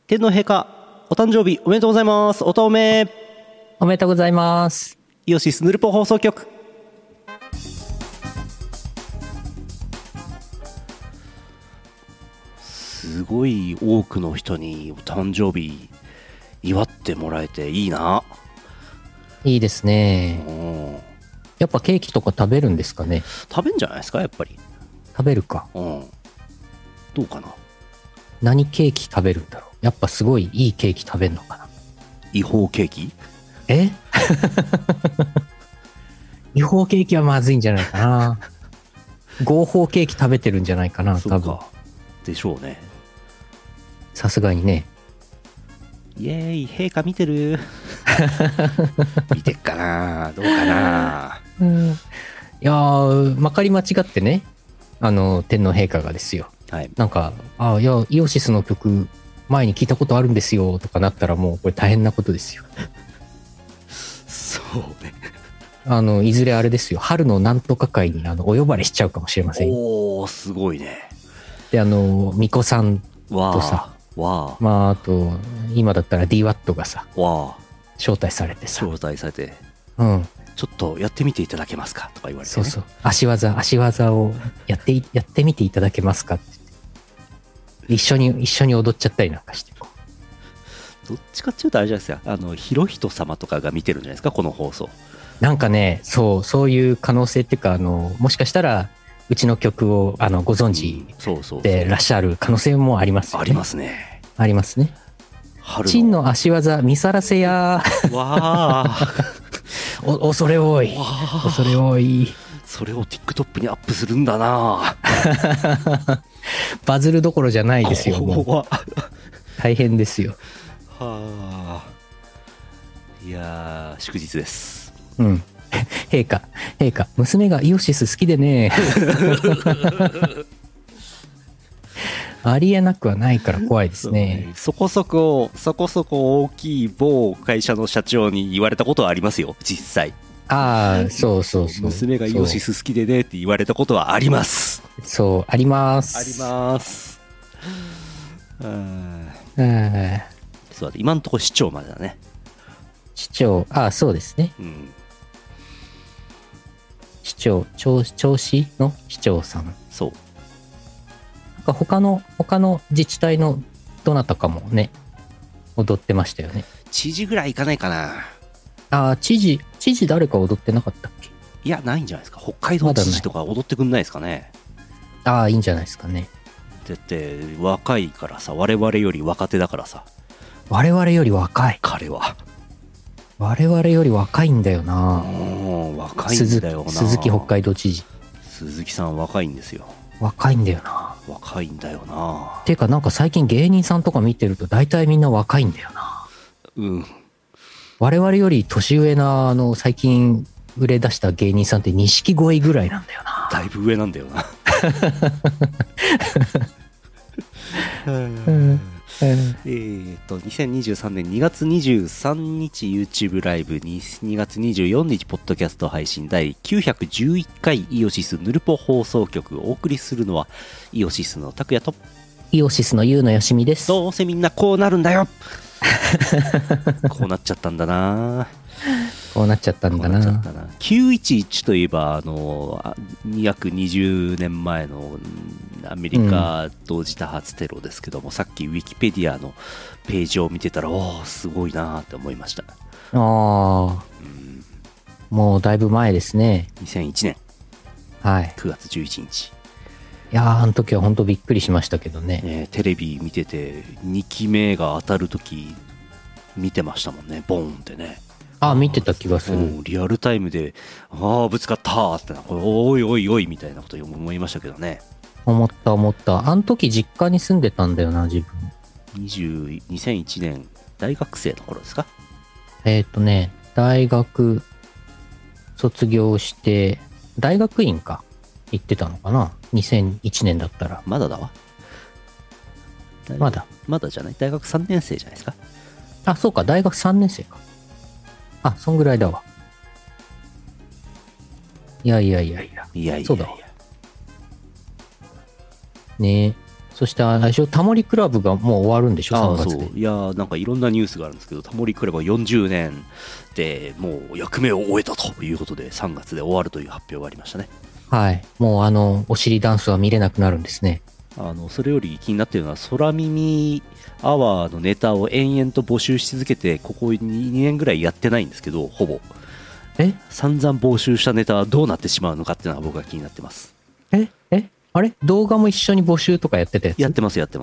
天皇陛下お誕生日おめでとうございます。おとめおめでとうございます。 イオシスヌルポ放送局。すごい多くの人にお誕生日祝ってもらえていいな。 いいですね。やっぱケーキとか食べるんですかね。 食べんじゃないですか、やっぱり。 食べるか。 どうかな。 何ケーキ食べるんだろう。やっぱすごいいいケーキ食べるのかな。 違法ケーキ？ 違法ケーキはまずいんじゃないかな。合法ケーキ食べてるんじゃないかな、多分。 でしょうね。 さすがにね。 イエーイ、陛下見てる？見てっかな、どうかな。 いやー、まかり間違ってね、天皇陛下がですよ。 はい。 なんか、いや、イオシスの曲、前に聞いたことあるんですよ、とかなったらもうこれ大変なことですよ。 そうね。 いずれあれですよ、春のなんとか会にお呼ばれしちゃうかもしれません。 おー、すごいね。 で、巫女さんとさ、あと、今だったら DWAT がさ、招待されてさ。 招待されて。ちょっとやってみていただけますかとか言われて、ね。 そうそう。足技をやってみていただけますかって言って。一緒に踊っちゃったりなんかして。 どっちかっていうとあれじゃないですか。ひろひと様とかが見てるんじゃないですか、この放送。 なんかね、そういう可能性っていうか、もしかしたら、うちの曲をご存知でらっしゃる可能性もありますよね。 ありますね。 ありますね。真の足技見さらせやー。 わー。恐れ多い。恐れ多い。 それを TikTok にアップするんだな。 バズるどころじゃないですよ。もう大変ですよ。 いやー、祝日です。 陛下、娘がイオシス好きでね。ありえなくはないから怖いですね。 そこそこ大きい某会社の社長に言われたことはありますよ、実際。 そう娘がイオシス好きでねって言われたことはあります。 そう、あります。 あります。そうだ、今のところ市長までだね。 市長、そうですね。市長、銚子の市長さん。 そう。 なんか他の自治体のどなたかもね、踊ってましたよね。 知事ぐらいいかないかな。 知事誰か踊ってなかったっけ？ いや、ないんじゃないですか。北海道知事とか踊ってくんないですかね。 いいんじゃないですかね。 だって若いからさ、我々より若手だからさ。 我々より若い。 彼は我々より若いんだよな。 若いんだよな。 鈴木北海道知事。 鈴木さん若いんですよ。 若いんだよな。 若いんだよな。 てかなんか最近芸人さんとか見てると大体みんな若いんだよな。我々より年上な最近売れ出した芸人さんって錦鯉ぐらいなんだよな。 だいぶ上なんだよな。2023年2月23日 YouTube ライブ、2月24日ポッドキャスト配信第911回イオシスヌルポ放送局をお送りするのはイオシスの拓也とイオシスのユウのよしみです。 どうせみんなこうなるんだよ。こうなっちゃったんだな。 こうなっちゃったんだな。 911といえば約20年前のアメリカ同時多発テロですけども、さっきウィキペディアのページを見てたらすごいなって思いました。 もうだいぶ前ですね。 2001年 9 月11日。 いやあの時は本当びっくりしましたけどね。 テレビ見てて2機目が当たる時見てましたもんね、ボーンってね。 見てた気がする。 リアルタイムでぶつかったっておいおいおいみたいなこと思いましたけどね。 思った。あの時実家に住んでたんだよな、自分。 2001年大学生の頃ですか？ 大学卒業して大学院か行ってたのかな、2001年だったら。 まだだわ。まだじゃない？大学3年生じゃないですか。 そうか、大学3年生か。そんぐらいだわ。いや、そうだわ。ねえ、 そしてあれでしょ、タモリクラブがもう終わるんでしょ、3月で。 そう。いやー、なんかいろんなニュースがあるんですけど、タモリクラブは40年でもう役目を終えたということで、3月で終わるという発表がありましたね。 はい。もうお尻ダンスは見れなくなるんですね。 それより気になっているのは、空耳アワーのネタを延々と募集し続けて、ここ2年ぐらいやってないんですけど、ほぼ。散々募集したネタはどうなってしまうのかっていうのが僕は気になってます。 あれ動画も一緒に募集とかやってたやつ？ やってます、やってます。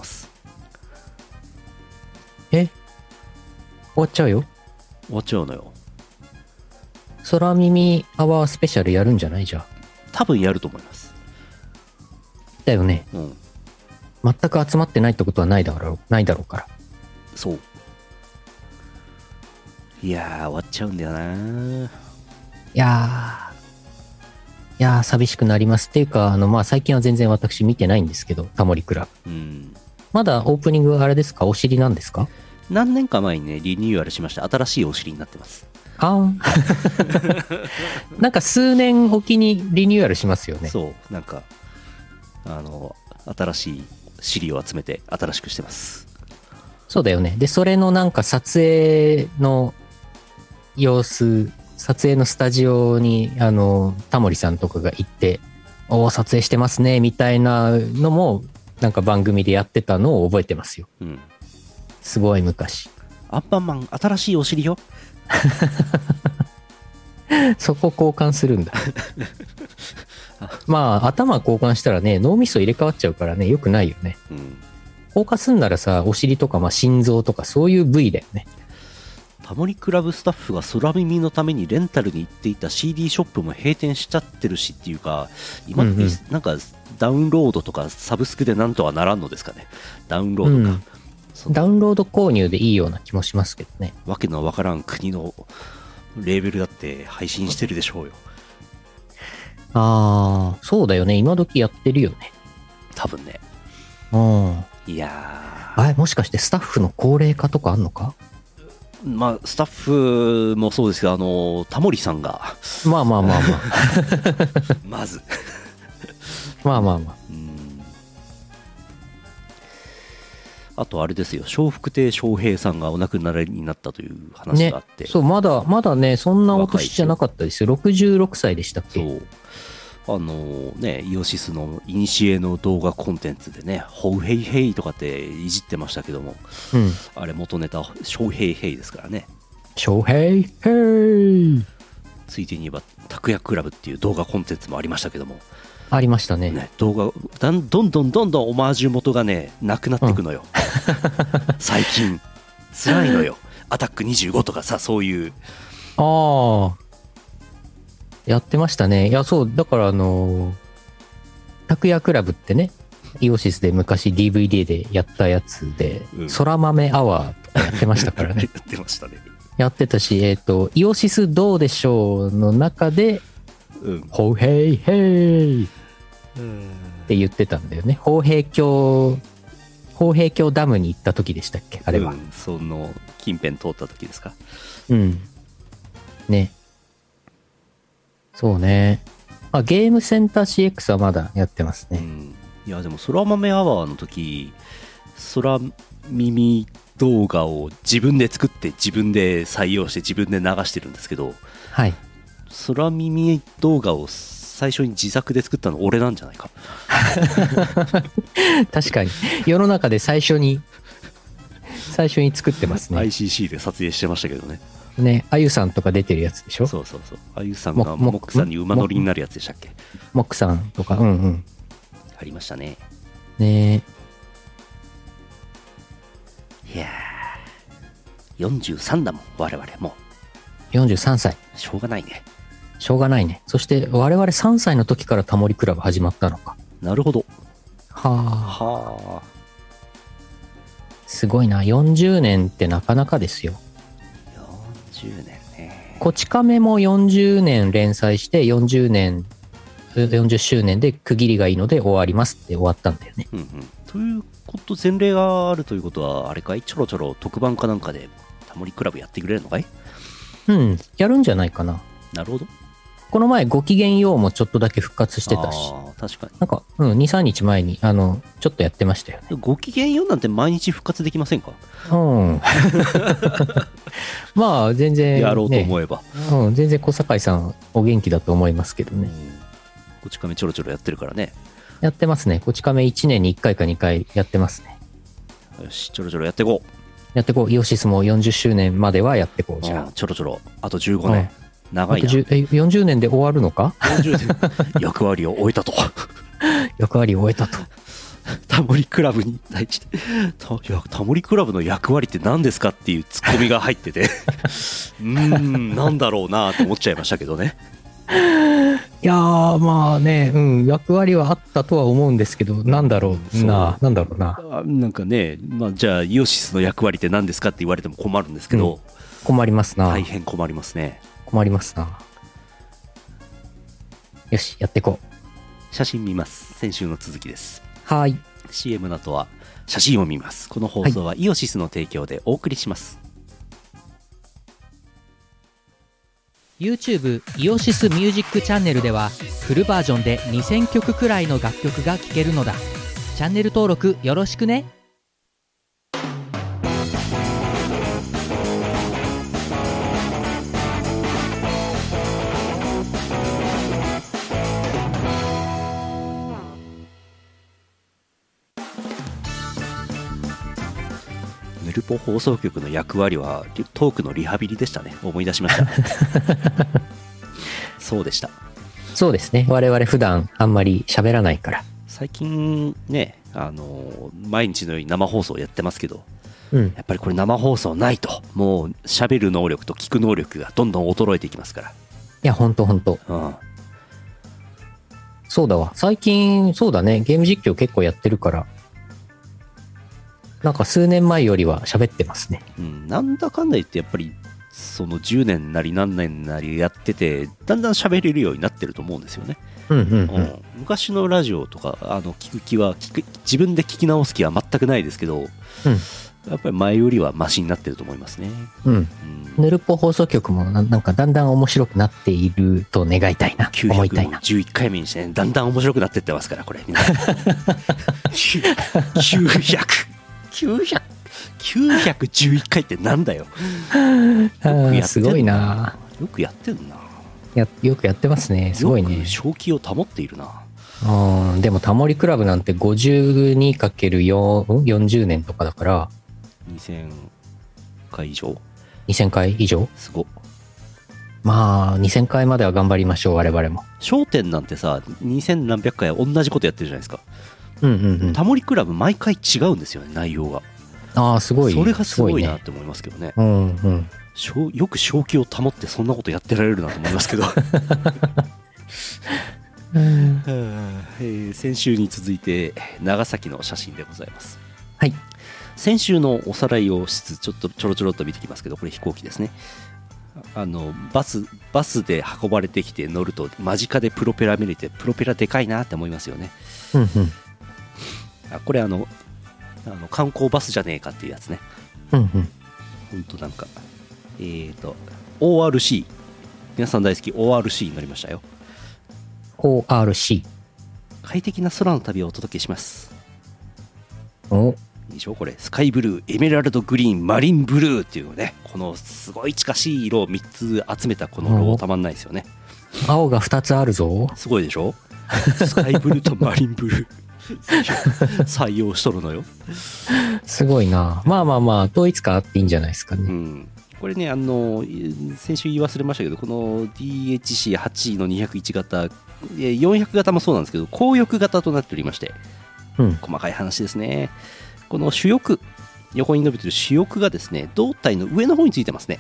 終わっちゃうよ。 終わっちゃうのよ。 空耳アワースペシャルやるんじゃない？じゃあ。 多分やると思います。 だよね。 うん。 全く集まってないってことはないだろうから。 そう。いやー、終わっちゃうんだよな。 いやー、寂しくなりますっていうか、まあ最近は全然私見てないんですけど、タモリクラブ。まだオープニングあれですか？お尻なんですか？ 何年か前にね、リニューアルしました。新しいお尻になってます。 なんか数年おきにリニューアルしますよね。 そう、なんか新しい尻を集めて新しくしてます。 そうだよね。でそれのなんか撮影の様子、撮影のスタジオにタモリさんとかが行って「おお撮影してますね」みたいなのもなんか番組でやってたのを覚えてますよ。すごい昔。 アンパンマン新しいお尻よ。 そこ交換するんだ。まあ頭交換したらね、脳みそ入れ替わっちゃうからね、よくないよね。交換すんならさ、お尻とかまあ心臓とかそういう部位だよね。 タモリクラブスタッフが空耳のためにレンタルに行っていた CD ショップも閉店しちゃってるしっていうか、今ってなんかダウンロードとかサブスクでなんとはならんのですかね。ダウンロードか、 ダウンロード購入でいいような気もしますけどね。 わけのわからん国のレーベルだって配信してるでしょうよ。 そうだよね。今時やってるよね。 多分ね。いやー、もしかしてスタッフの高齢化とかあんのか？ まあスタッフもそうですが、タモリさんがまあまずまああとあれですよ、笑福亭笑瓶さんがお亡くなりになったという話があって、 そう、まだね、そんなお年じゃなかったですよ。66歳でしたっけ？ そうね、イオシスの古の動画コンテンツでね、ホウヘイヘイとかっていじってましたけども、あれ元ネタ笑瓶ヘイですからね。 笑瓶ヘイ。 ついでに言えば拓也クラブっていう動画コンテンツもありましたけども、 ありましたね。 動画どんどんオマージュ元がねなくなっていくのよ。最近辛いのよ。アタック25とかさ、そういうやってましたね。いや、そうだから拓也クラブってね、イオシスで昔 DVD でやったやつで、空豆アワーとかやってましたからね。 やってましたね。 やってたし、イオシスどうでしょうの中で、ホウヘイヘイって言ってたんだよね。ホウヘイ峡ダムに行った時でしたっけ、あれは。 その近辺通った時ですか。 ね。そうね。ゲームセンター CX はまだやってますね。 いやでも空豆アワーの時、空耳動画を自分で作って自分で採用して自分で流してるんですけど、空耳動画を最初に自作で作ったの俺なんじゃないか。確かに世の中で最初に作ってますね。 ICC で撮影してましたけどね。 あゆさんとか出てるやつでしょ。 そうあゆさんがモックさんに馬乗りになるやつでしたっけ。 モックさんとかありましたね。いやー43だもん我々。もう43歳。 しょうがないね。 そして我々3歳の時からタモリクラブ始まったのか。 なるほど。 はあ。すごいな。40年ってなかなかですよ。 40年ね。 こち亀も40年連載して40周年で区切りがいいので終わりますって終わったんだよね。 ということ前例があるということはあれかい、ちょろちょろ特番かなんかでタモリクラブやってくれるのかい。 やるんじゃないかな。 なるほど。 この前ごきげんようもちょっとだけ復活してたし、 あー確かなんか、2、3日前に、ちょっとやってましたよね。 に。ご機嫌ようなんて毎日復活できませんか？ うん。まあ、全然、ね、 やろうと思えば。 うん、全然小堺さんお元気だと思いますけどね。 こち亀ちょろちょろやってるからね。 やってますね。こち亀1年に1回か2回やってますね。 よし、ちょろちょろやっていこう。 やってこう。イオシスも40周年まではやってこう。じゃあ。 ちょろちょろ。あと15年。長いな。 40年で終わるのか 40年。役割を終えたと。 役割を終えたと。 タモリクラブに対してタモリクラブの役割って何ですかっていうツッコミが入っててなんだろうなと思っちゃいましたけどね。 いやーまあね、役割はあったとは思うんですけど、なんだろうな。 なんかね、じゃあイオシスの役割って何ですかって言われても困るんですけど、 困りますな。 大変困りますね。 困りますな。よし、やっていこう。写真見ます。先週の続きです。 はい。 CM の後は写真を見ます。この放送はイオシスの提供でお送りします。 YouTube イオシスミュージックチャンネルではフルバージョンで2000曲くらいの楽曲が聴けるのだ。チャンネル登録よろしくね。 ヌルポ放送局の役割はトークのリハビリでしたね。思い出しましたそうでした。 そうですね。我々普段あんまり喋らないから。 最近ね、毎日のように生放送やってますけど、やっぱりこれ生放送ないともう喋る能力と聞く能力がどんどん衰えていきますから。いやほんと、そうだわ。最近そうだね、ゲーム実況結構やってるから、なんか数年前よりは喋ってますね。 なんだかんだ言ってやっぱりその10年なり何年なりやっててだんだん喋れるようになってると思うんですよね。昔のラジオとか聞く気は自分で聞き直す気は全くないですけど、やっぱり前よりはマシになってると思いますね。 ヌルポ放送局もなんかだんだん面白くなっていると願いたいな、思いたいな。 11回目にしてね、だんだん面白くなってってますからこれ911回ってなんだよ。 すごいな。 よくやってんな。 よくやってますね。すごいね。 よく正気を保っているな。 でもタモリクラブなんて 52×40 年とかだから 2000回以上。 2000回以上。 すご。 まあ2000回までは頑張りましょう我々も。 笑点なんてさ2000何百回同じことやってるじゃないですか。タモリクラブ毎回違うんですよね、内容が。 すごい。 それがすごいなって思いますけどね。よく正気を保ってそんなことやってられるなと思いますけど先週に続いて長崎の写真でございます。 はい。 先週のおさらいをしつつちょろちょろっと見てきますけど、これ飛行機ですね。バスで運ばれてきて乗ると間近でプロペラ見れて、プロペラでかいなって思いますよね。これ観光バスじゃねえかっていうやつね。ほんとなんかORC、 皆さん大好き ORC に乗りましたよ。 ORC。 快適な空の旅をお届けします。 いいでしょこれ。スカイブルー、エメラルドグリーン、マリンブルーっていうね、このすごい近しい色を3つ集めたこのロゴたまんないですよね。 青が2つあるぞ。 すごいでしょスカイブルーとマリンブルー採用しとるのよ。すごいな。まあ統一感あっていいんじゃないですかね。 これね、先週言い忘れましたけど、この DHC8 の201型400型もそうなんですけど、後翼型となっておりまして、細かい話ですね。この主翼、横に伸びてる主翼がですね、胴体の上の方についてますね。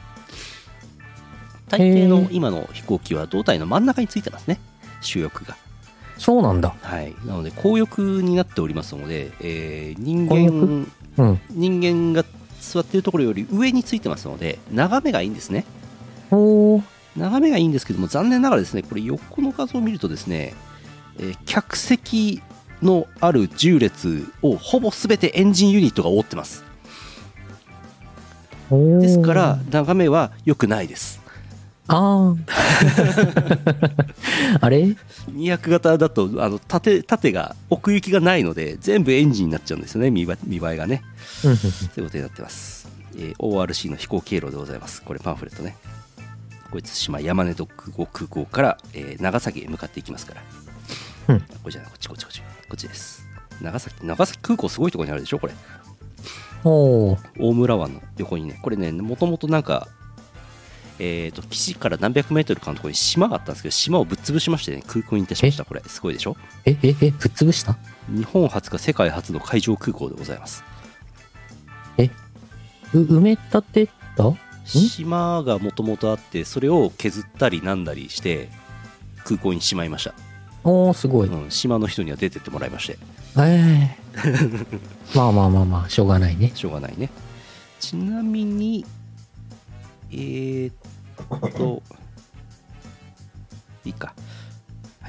大抵の今の飛行機は胴体の真ん中についてますね、主翼が。 そうなんだ。 はい。なので後翼になっておりますので、人間が座っているところより上についてますので眺めがいいんですね。眺めがいいんですけども、残念ながらですね、これ横の画像を見るとですね、客席のある10列をほぼ全てエンジンユニットが覆ってます。ですから眺めは良くないです。 ああ。あれ 200型だと縦が奥行きがないので全部エンジンになっちゃうんですよね、見栄えがね。 うんうんということになってます。ORC の飛行経路でございます。これパンフレットね。こいつ島山根空港から、長崎へ向かっていきますから。 うん。 これじゃない、こっちです。長崎空港すごいところにあるでしょこれ。 おー。 大村湾の横にね、これね、もともとなんか岸から何百メートルかのところに島があったんですけど、島をぶっ潰しましてね、空港にいたしました。これすごいでしょ。 ぶっ潰した？ 日本初か世界初の海上空港でございます。 埋め立てた？ 島がもともとあって、それを削ったりなんだりして空港にしまいました。 おー、すごい。 島の人には出てってもらいまして。 まあしょうがないね。 しょうがないね。ちなみにいいか。はい。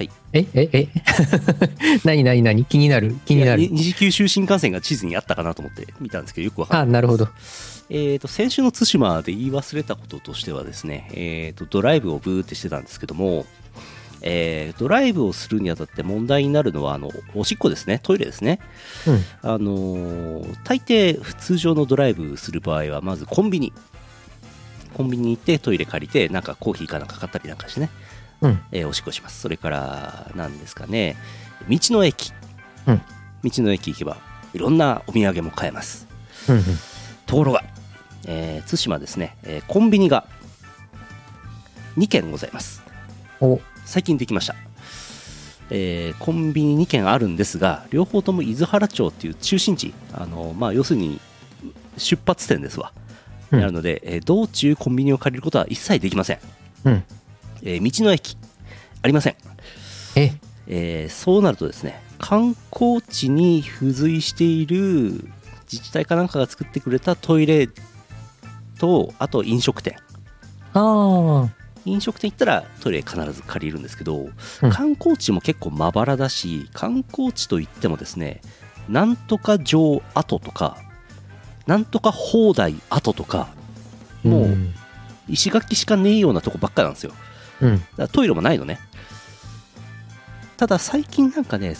何気になる。 二次九州新幹線が地図にあったかなと思って見たんですけど、よくわかんない。 なるほど。 先週の対馬で言い忘れたこととしてはですね、ドライブをブーってしてたんですけども、ドライブをするにあたって問題になるのはおしっこですね、トイレですね。大抵通常のドライブする場合はまずコンビニに行ってトイレ借りて、なんかコーヒーかなんか買ったりなんかしてね、おしっこします。それから何ですかね、道の駅行けばいろんなお土産も買えます。ところが、対馬ですね、コンビニが2軒ございます。最近できました。コンビニ2軒あるんですが、両方とも伊豆原町っていう中心地、要するに出発点ですわ。なので、道中コンビニを借りることは一切できません。道の駅ありません。そうなるとですね、観光地に付随している自治体かなんかが作ってくれたトイレと、あと飲食店行ったらトイレ必ず借りるんですけど、観光地も結構まばらだし、観光地といってもですね、なんとか城跡とかなんとか砲台跡とか、もう石垣しかねえようなとこばっかなんですよ。だからトイレもないのね。ただ最近なんかね、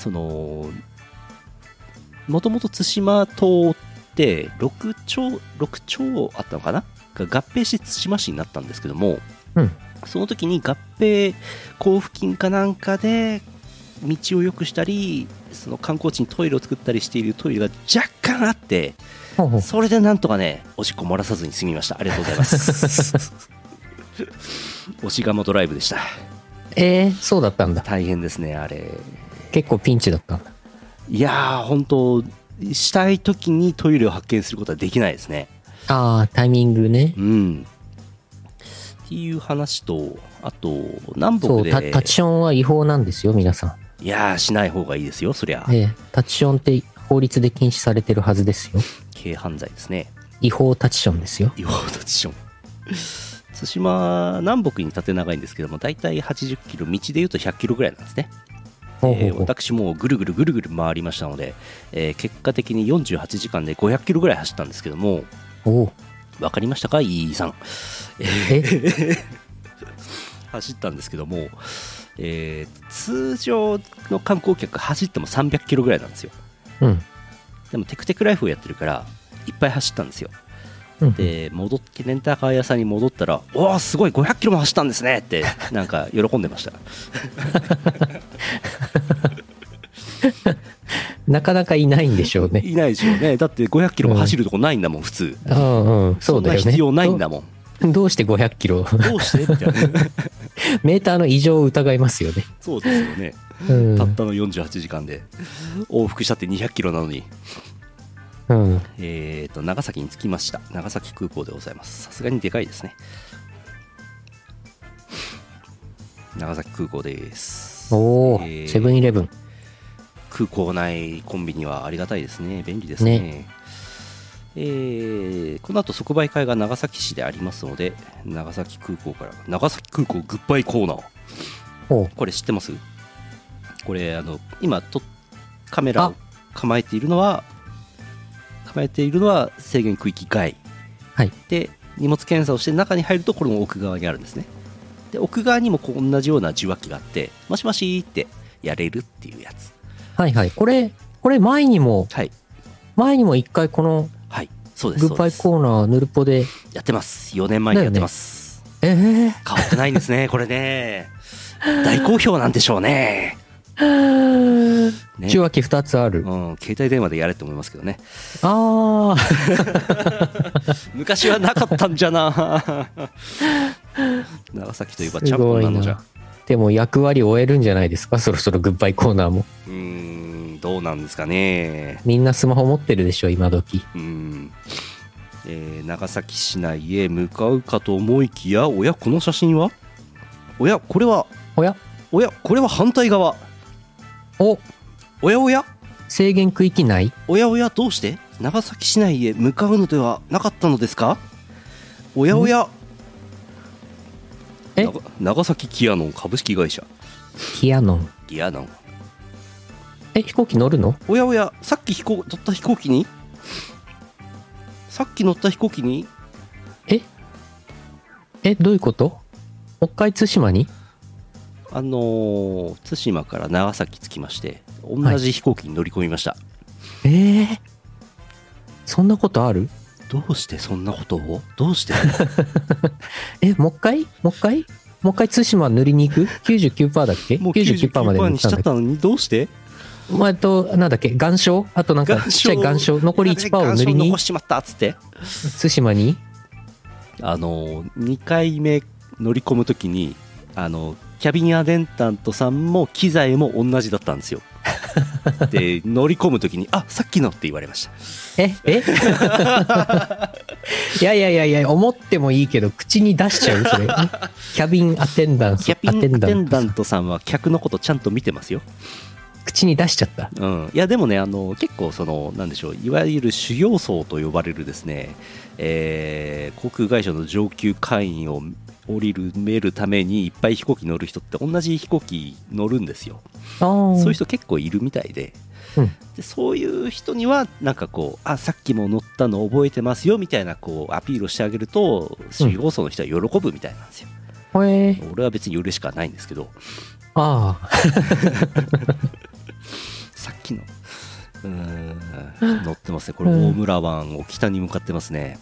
もともと対馬島って6町あったのかなが合併して対馬市になったんですけども、その時に合併交付金かなんかで道を良くしたり、その観光地にトイレを作ったりしているトイレが若干あって、それでなんとかね、おしっこ漏らさずに済みました。ありがとうございますおしがもドライブでした。 そうだったんだ。 大変ですね、あれ。 結構ピンチだったんだ。 いやー、本当したい時にトイレを発見することはできないですね。 タイミングね。 っていう話と、あと南北でタチションは違法なんですよ、皆さん。いやー、しない方がいいですよ、そりゃ。 タチションって法律で禁止されてるはずですよ。 軽犯罪ですね。 違法タチションですよ。 違法タチション対馬南北に縦長いんですけども、だいたい80キロ、道でいうと100キロぐらいなんですね。私もぐるぐる回りましたので、結果的に48時間で500キロぐらい走ったんですけども、わかりましたか、飯井さん。走ったんですけども、通常の観光客走っても300キロぐらいなんですよ。でもテクテクライフをやってるからいっぱい走ったんですよ。で戻ってレンタカー屋さんに戻ったら、おーすごい500キロも走ったんですねってなんか喜んでましたなかなかいないんでしょうね。 いないでしょうね。だって500キロも走るとこないんだもん、普通。 そうだよね。 そんな必要ないんだもん。どうして500キロどうしてみたいなメーターの異常を疑いますよね。 そうですよね。たったの48時間で往復したって200キロなのに。長崎に着きました。長崎空港でございます。さすがにでかいですね。長崎空港です。 セブンイレブン。 空港内コンビニはありがたいですね。便利ですね。この後即売会が長崎市でありますので、長崎空港から長崎空港グッバイコーナー、これ知ってます？これ今カメラを構えているのは制限区域外、で荷物検査をして中に入るとこれも奥側にあるんですね。 で奥側にもこう同じような受話器があって、もしもしってやれるっていうやつ。 はいはい。これ前にも一回このはい、そうです。 グッバイコーナーヌルポでやってます。4年前にやってます。 変わってないんですね、これね。大好評なんでしょうね。 受話器2つある。 携帯電話でやれって思いますけどね。 ああ。 昔はなかったんじゃな。長崎といえばチャンポンなのじゃ。 でも役割終えるんじゃないですか、そろそろグッバイコーナーも。 どうなんですかね。 みんなスマホ持ってるでしょ今時。 長崎市内へ向かうかと思いきや、おやこの写真は、これはこれは反対側。おや制限区域内。 おやどうして長崎市内へ向かうのではなかったのですか。おや長崎キヤノン株式会社。 キヤノン。飛行機乗るの？ おやさっき乗った飛行機にどういうこと？もう一回対馬に？ 対馬から長崎着きまして、同じ飛行機に乗り込みました。 そんなことある？ どうしてそんなことを？どうして？ もう一回対馬塗りに行く？ 99% だっけ？ もう 99% までにしちゃったのにどうして？ なんだっけ、岩礁？あとなんかちっちゃい岩礁残り 1% を塗りに残しちまったっつって対馬に 2回目乗り込むときにキャビンアテンダントさんも機材も同じだったんですよ。で乗り込むときにさっきのって言われました。 いや思ってもいいけど口に出しちゃうそれ。キャビンアテンダントさんは客のことちゃんと見てますよ。 口に出しちゃった。 いやでもね結構なんでしょう、いわゆる修行僧と呼ばれるですね、航空会社の上級会員を降りるためにいっぱい飛行機乗る人って同じ飛行機乗るんですよ。そういう人結構いるみたいで、でそういう人にはなんかこうさっきも乗ったの覚えてますよみたいなこうアピールをしてあげると修行僧の人は喜ぶみたいなんですよ。俺は別に嬉しくはないんですけど。さっきの乗ってますね。これ大村湾を北に向かってますね。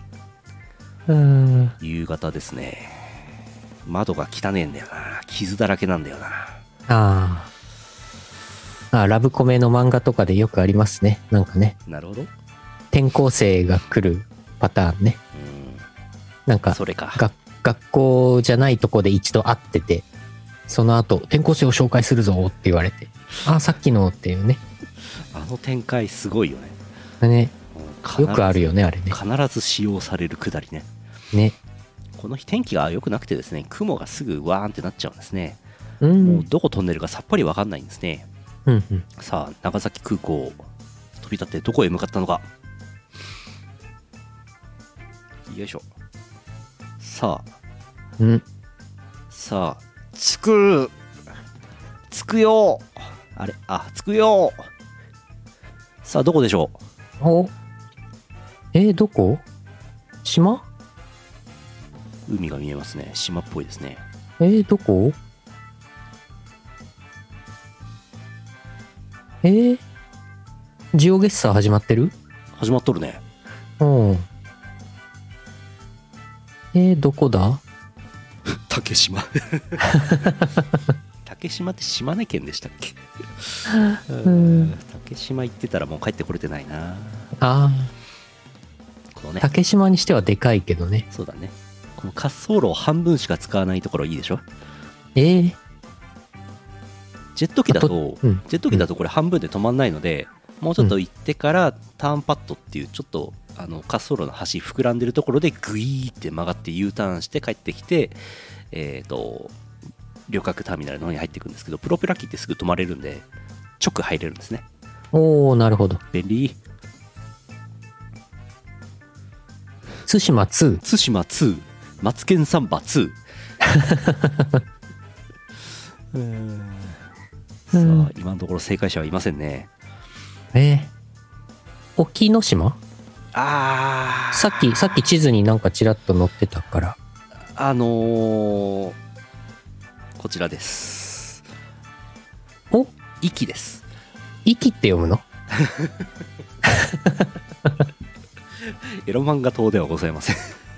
夕方ですね。窓が汚ねえんだよな。傷だらけなんだよな。 ラブコメの漫画とかでよくありますね。なんかね。 なるほど。 転校生が来るパターンね。なんかそれか。 学校じゃないとこで一度会ってて、その後転校生を紹介するぞって言われて、さっきのっていうね。 展開すごいよね。 よくあるよねあれね。 必ず使用されるくだりね。この日天気が良くなくてですね、雲がすぐワーンってなっちゃうんですね。もうどこ飛んでるかさっぱり分かんないんですね。さあ長崎空港飛び立ってどこへ向かったのか。よいしょ。さあ着くよ。着くよ。さあどこでしょう。どこ？島？ 海が見えますね。島っぽいですね。 どこ？ジオゲッサー始まってる？ 始まっとるね。 どこだ？ 竹島。竹島って島根県でしたっけ？竹島行ってたらもう帰ってこれてないな。 竹島にしてはでかいけどね。 そうだね。この滑走路を半分しか使わないところいいでしょ。 ジェット機だとこれ半分で止まんないので、もうちょっと行ってからターンパッドっていうちょっと滑走路の端膨らんでるところでグイーって曲がって U ターンして帰ってきて、旅客ターミナルの方に入っていくんですけど、プロペラ機ってすぐ止まれるんで直入れるんですね。 なるほど。 便利。 対馬2、 マツケンサンバ2。さあ今のところ正解者はいませんね。 沖ノ島？さっき地図になんかちらっと載ってたから。 こちらです。 お、 息です。 息って読むの？ エロ漫画等ではございません。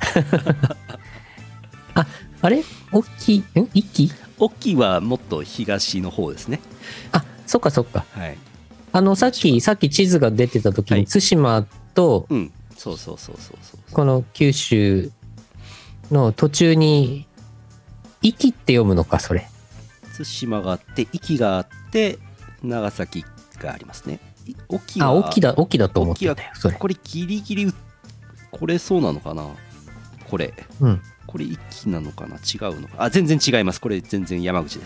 あれ息？ 沖はもっと東の方ですね。 あ、そっかそっか。 はい。 さっき地図が出てた時に、 はい対馬と、 うん。そう。 この九州の途中に、息って読むのか、それ。 対馬があって、壱岐があって、長崎がありますね。沖は、 沖だと思ってたよ、それ。 これギリギリ、これそうなのかな、これ。 うん。 これ壱岐なのかな、違うのか。あ、全然違います。これ全然山口です。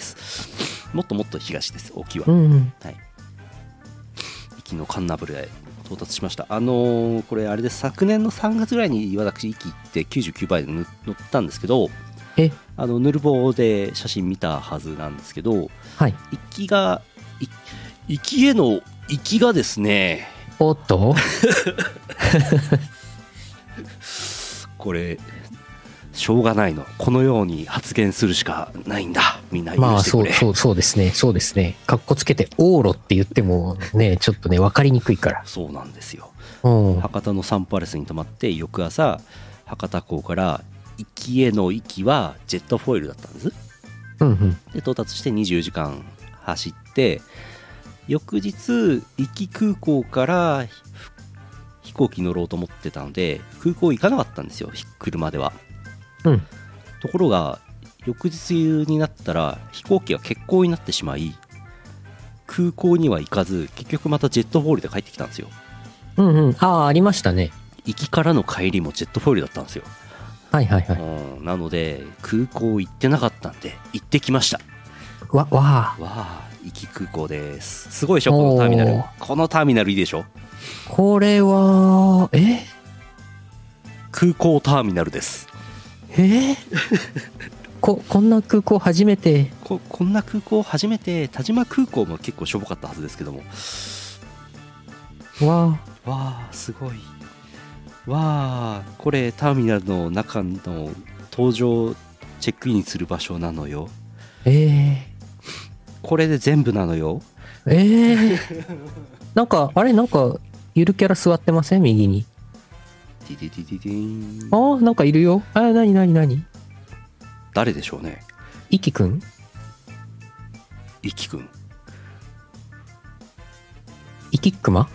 もっともっと東です、沖は。はい。壱岐のカンナブルへ到達しました。これあれです。昨年の3月ぐらいに私壱岐って99倍で乗ったんですけど、ヌルボで写真見たはずなんですけど、 はい。 壱岐への行きがですね、 おっとこれしょうがないの、このように発言するしかないんだ、みんな許してくれ。 まあそうですね。かっこつけて往路って言ってもね、ちょっとね分かりにくいから。 そうなんですよ。 博博多のサンパレスに泊まって、翌朝博多港から壱岐への行きはジェットフォイルだったんです。で到達して24時間走って、翌日壱岐空港から飛行機乗ろうと思ってたので空港行かなかったんですよ、車では。ところが翌日になったら飛行機が欠航になってしまい、空港には行かず、結局またジェットフォイルで帰ってきたんですよ。 ありましたね。 行きからの帰りもジェットフォイルだったんですよ。なので空港行ってなかったんで行ってきました。わあ、壱岐空港です。すごいでしょ、このターミナル。このターミナルいいでしょ。 これは空港ターミナルです。 こんな空港初めて。 こんな空港初めて。田島空港も結構しょぼかったはずですけども。 わあ、すごい。わあ、これターミナルの中の搭乗チェックインする場所なのよ。これで全部なのよ。 なんかゆるキャラ座ってません？右に。なんかいるよ。なに誰でしょうね。 イキくん。 イキクマ？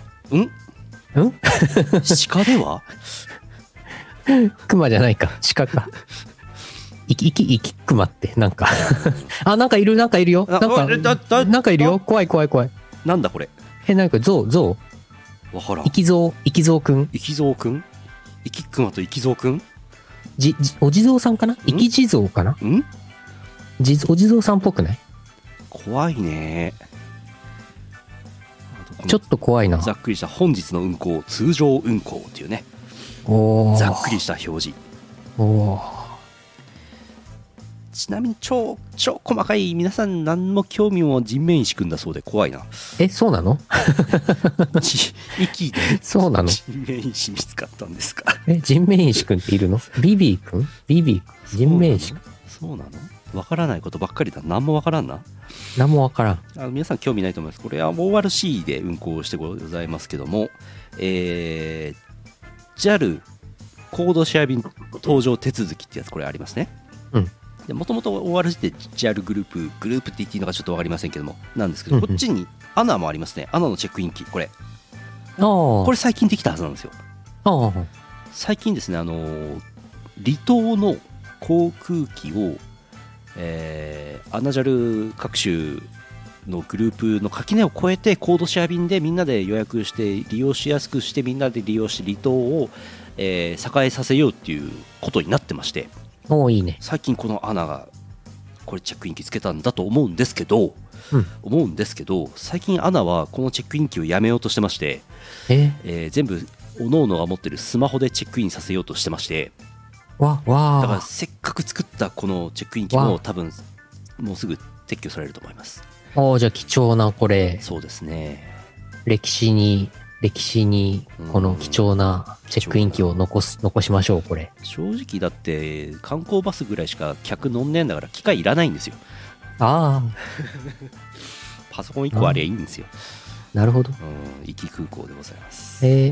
鹿では？ クマじゃないか、鹿か。イキクマってなんかなんかいるよ。なんかいるよ。怖い。 なんだこれ。 なんかゾウ。 わからん。 イキゾウくん。 イキクマとイキゾウくん。 お地蔵さんかな？イキ地蔵かな？お地蔵さんっぽくない？ 怖いね。 ちょっと怖いな。 ざっくりした本日の運行、通常運行っていうね。ざっくりした表示。ちなみに超細かい、皆さん何も興味も人面石くんだそうで怖いな。 そうなの？ 息でそうなの？ 人面石見つかったんですか？ 人面石くんっているの？ビビーくん人面石くん。 そうなの？わからないことばっかりだ。何もわからんな。 何もわからん。 皆さん興味ないと思います。これは ORC で運行してございますけども、JAL 高度シェア便搭乗手続きってやつ、これありますね。もともと ORC って JAL グループって言っていいのかちょっと分かりませんけども、なんですけど、こっちに ANA もありますね。ANA のチェックイン機、これ最近できたはずなんですよ。最近ですね、離島の航空機をANA JAL 各種のグループの垣根を越えてコードシェア便でみんなで予約して利用しやすくして、みんなで利用して離島を、栄えさせようっていうことになってまして、 いいね。 最近このANAがこれチェックイン機つけたんだと思うんですけど、最近ANAはこのチェックイン機をやめようとしてまして、全部各々が持ってるスマホでチェックインさせようとしてまして、だからせっかく作ったこのチェックイン機も多分もうすぐ撤去されると思います。 じゃあ貴重な、これそうですね、 歴史にこの貴重なチェックイン機を残しましょう。これ正直だって観光バスぐらいしか客乗んねえんだから機械いらないんですよ。 ああ、 パソコン1個ありゃいいんですよ。 なるほど。 壱岐空港でございます。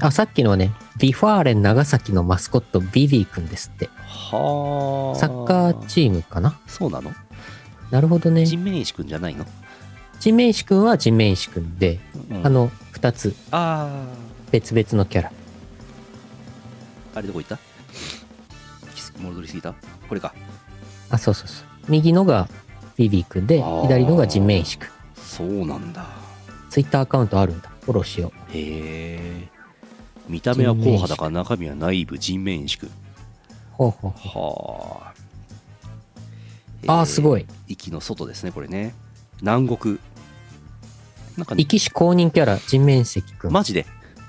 さっきのね、ビファーレン長崎のマスコット、ビビーくんですって。 はあ。 サッカーチームかな。 そうなの？ なるほどね。 人面石くんじゃないの？ 人面石くんは人面石くんで、 うん、 2つ、別々のキャラ。 あれどこ行った？戻りすぎた？これか。 あ、そうそうそう。右のがビビーくんで、左のが人面石くん。 そうなんだ。 ツイッターアカウントあるんだ。フォローしよう。へえ。見た目は硬派だが中身は内部人面石くん。 ほうほう。 はあ。すごい。 壱岐の外ですね、これね。南国。 なんか、ね、壱岐市公認キャラ、人面石くん。 マジで？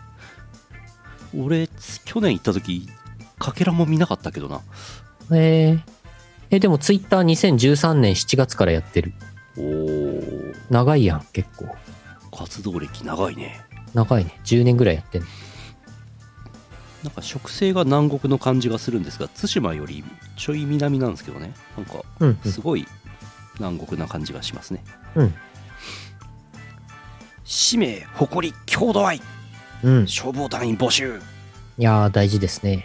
俺、去年行った時、かけらも見なかったけどな。 でもツイッター2013年7月からやってる。 おー。 長いやん、結構。 活動歴長いね。 長いね。10年ぐらいやってんの。 なんか植生が南国の感じがするんですが、対馬よりちょい南なんですけどね。なんか、すごい南国な感じがしますね。 うん。 使命、誇り、郷土愛。 うん。 消防団員募集。 いやー、大事ですね。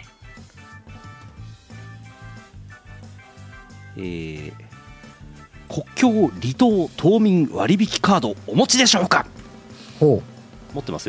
国境離島島民割引カードお持ちでしょうか？ ほう。持ってます？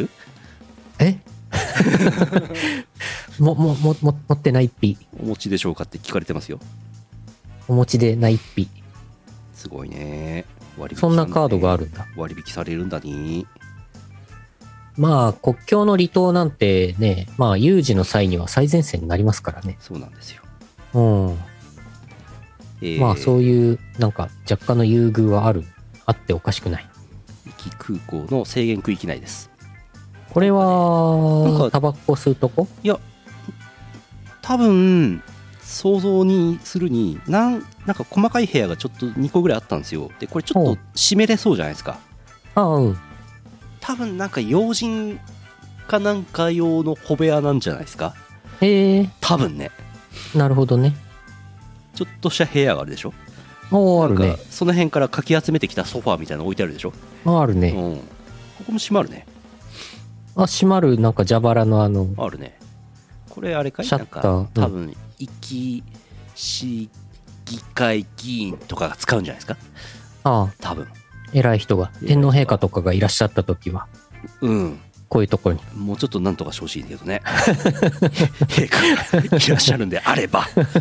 持ってないっぴ。 お持ちでしょうかって聞かれてますよ。 お持ちでないっぴ。 すごいね。 割引そんなカードがあるんだ。 割引されるんだね。 まあ国境の離島なんてね、まあ有事の際には最前線になりますからね。 そうなんですよ。 うん。まあそういうなんか若干の優遇はあっておかしくない。 壱岐空港の制限区域内です。 これはタバコ吸うとこ？ いや、多分想像にするになんか細かい部屋がちょっと2個ぐらいあったんですよ。でこれちょっと閉めれそうじゃないですか。 うん。 多分なんか要人かなんか用の小部屋なんじゃないですか。多分ね。なるほどね。 ちょっとした部屋があるでしょ。 あるね。 その辺からかき集めてきたソファーみたいなの置いてあるでしょ。 あるね。 ここも閉まるね。 閉まる。なんか蛇腹のあるね。これあれかい？ シャッター。 なんか多分壱岐市議会議員とかが使うんじゃないですか。多分偉い人が天皇陛下とかがいらっしゃった時は、こういうところにもうちょっとなんとかしてほしいけどね。陛下がいらっしゃるんであれば。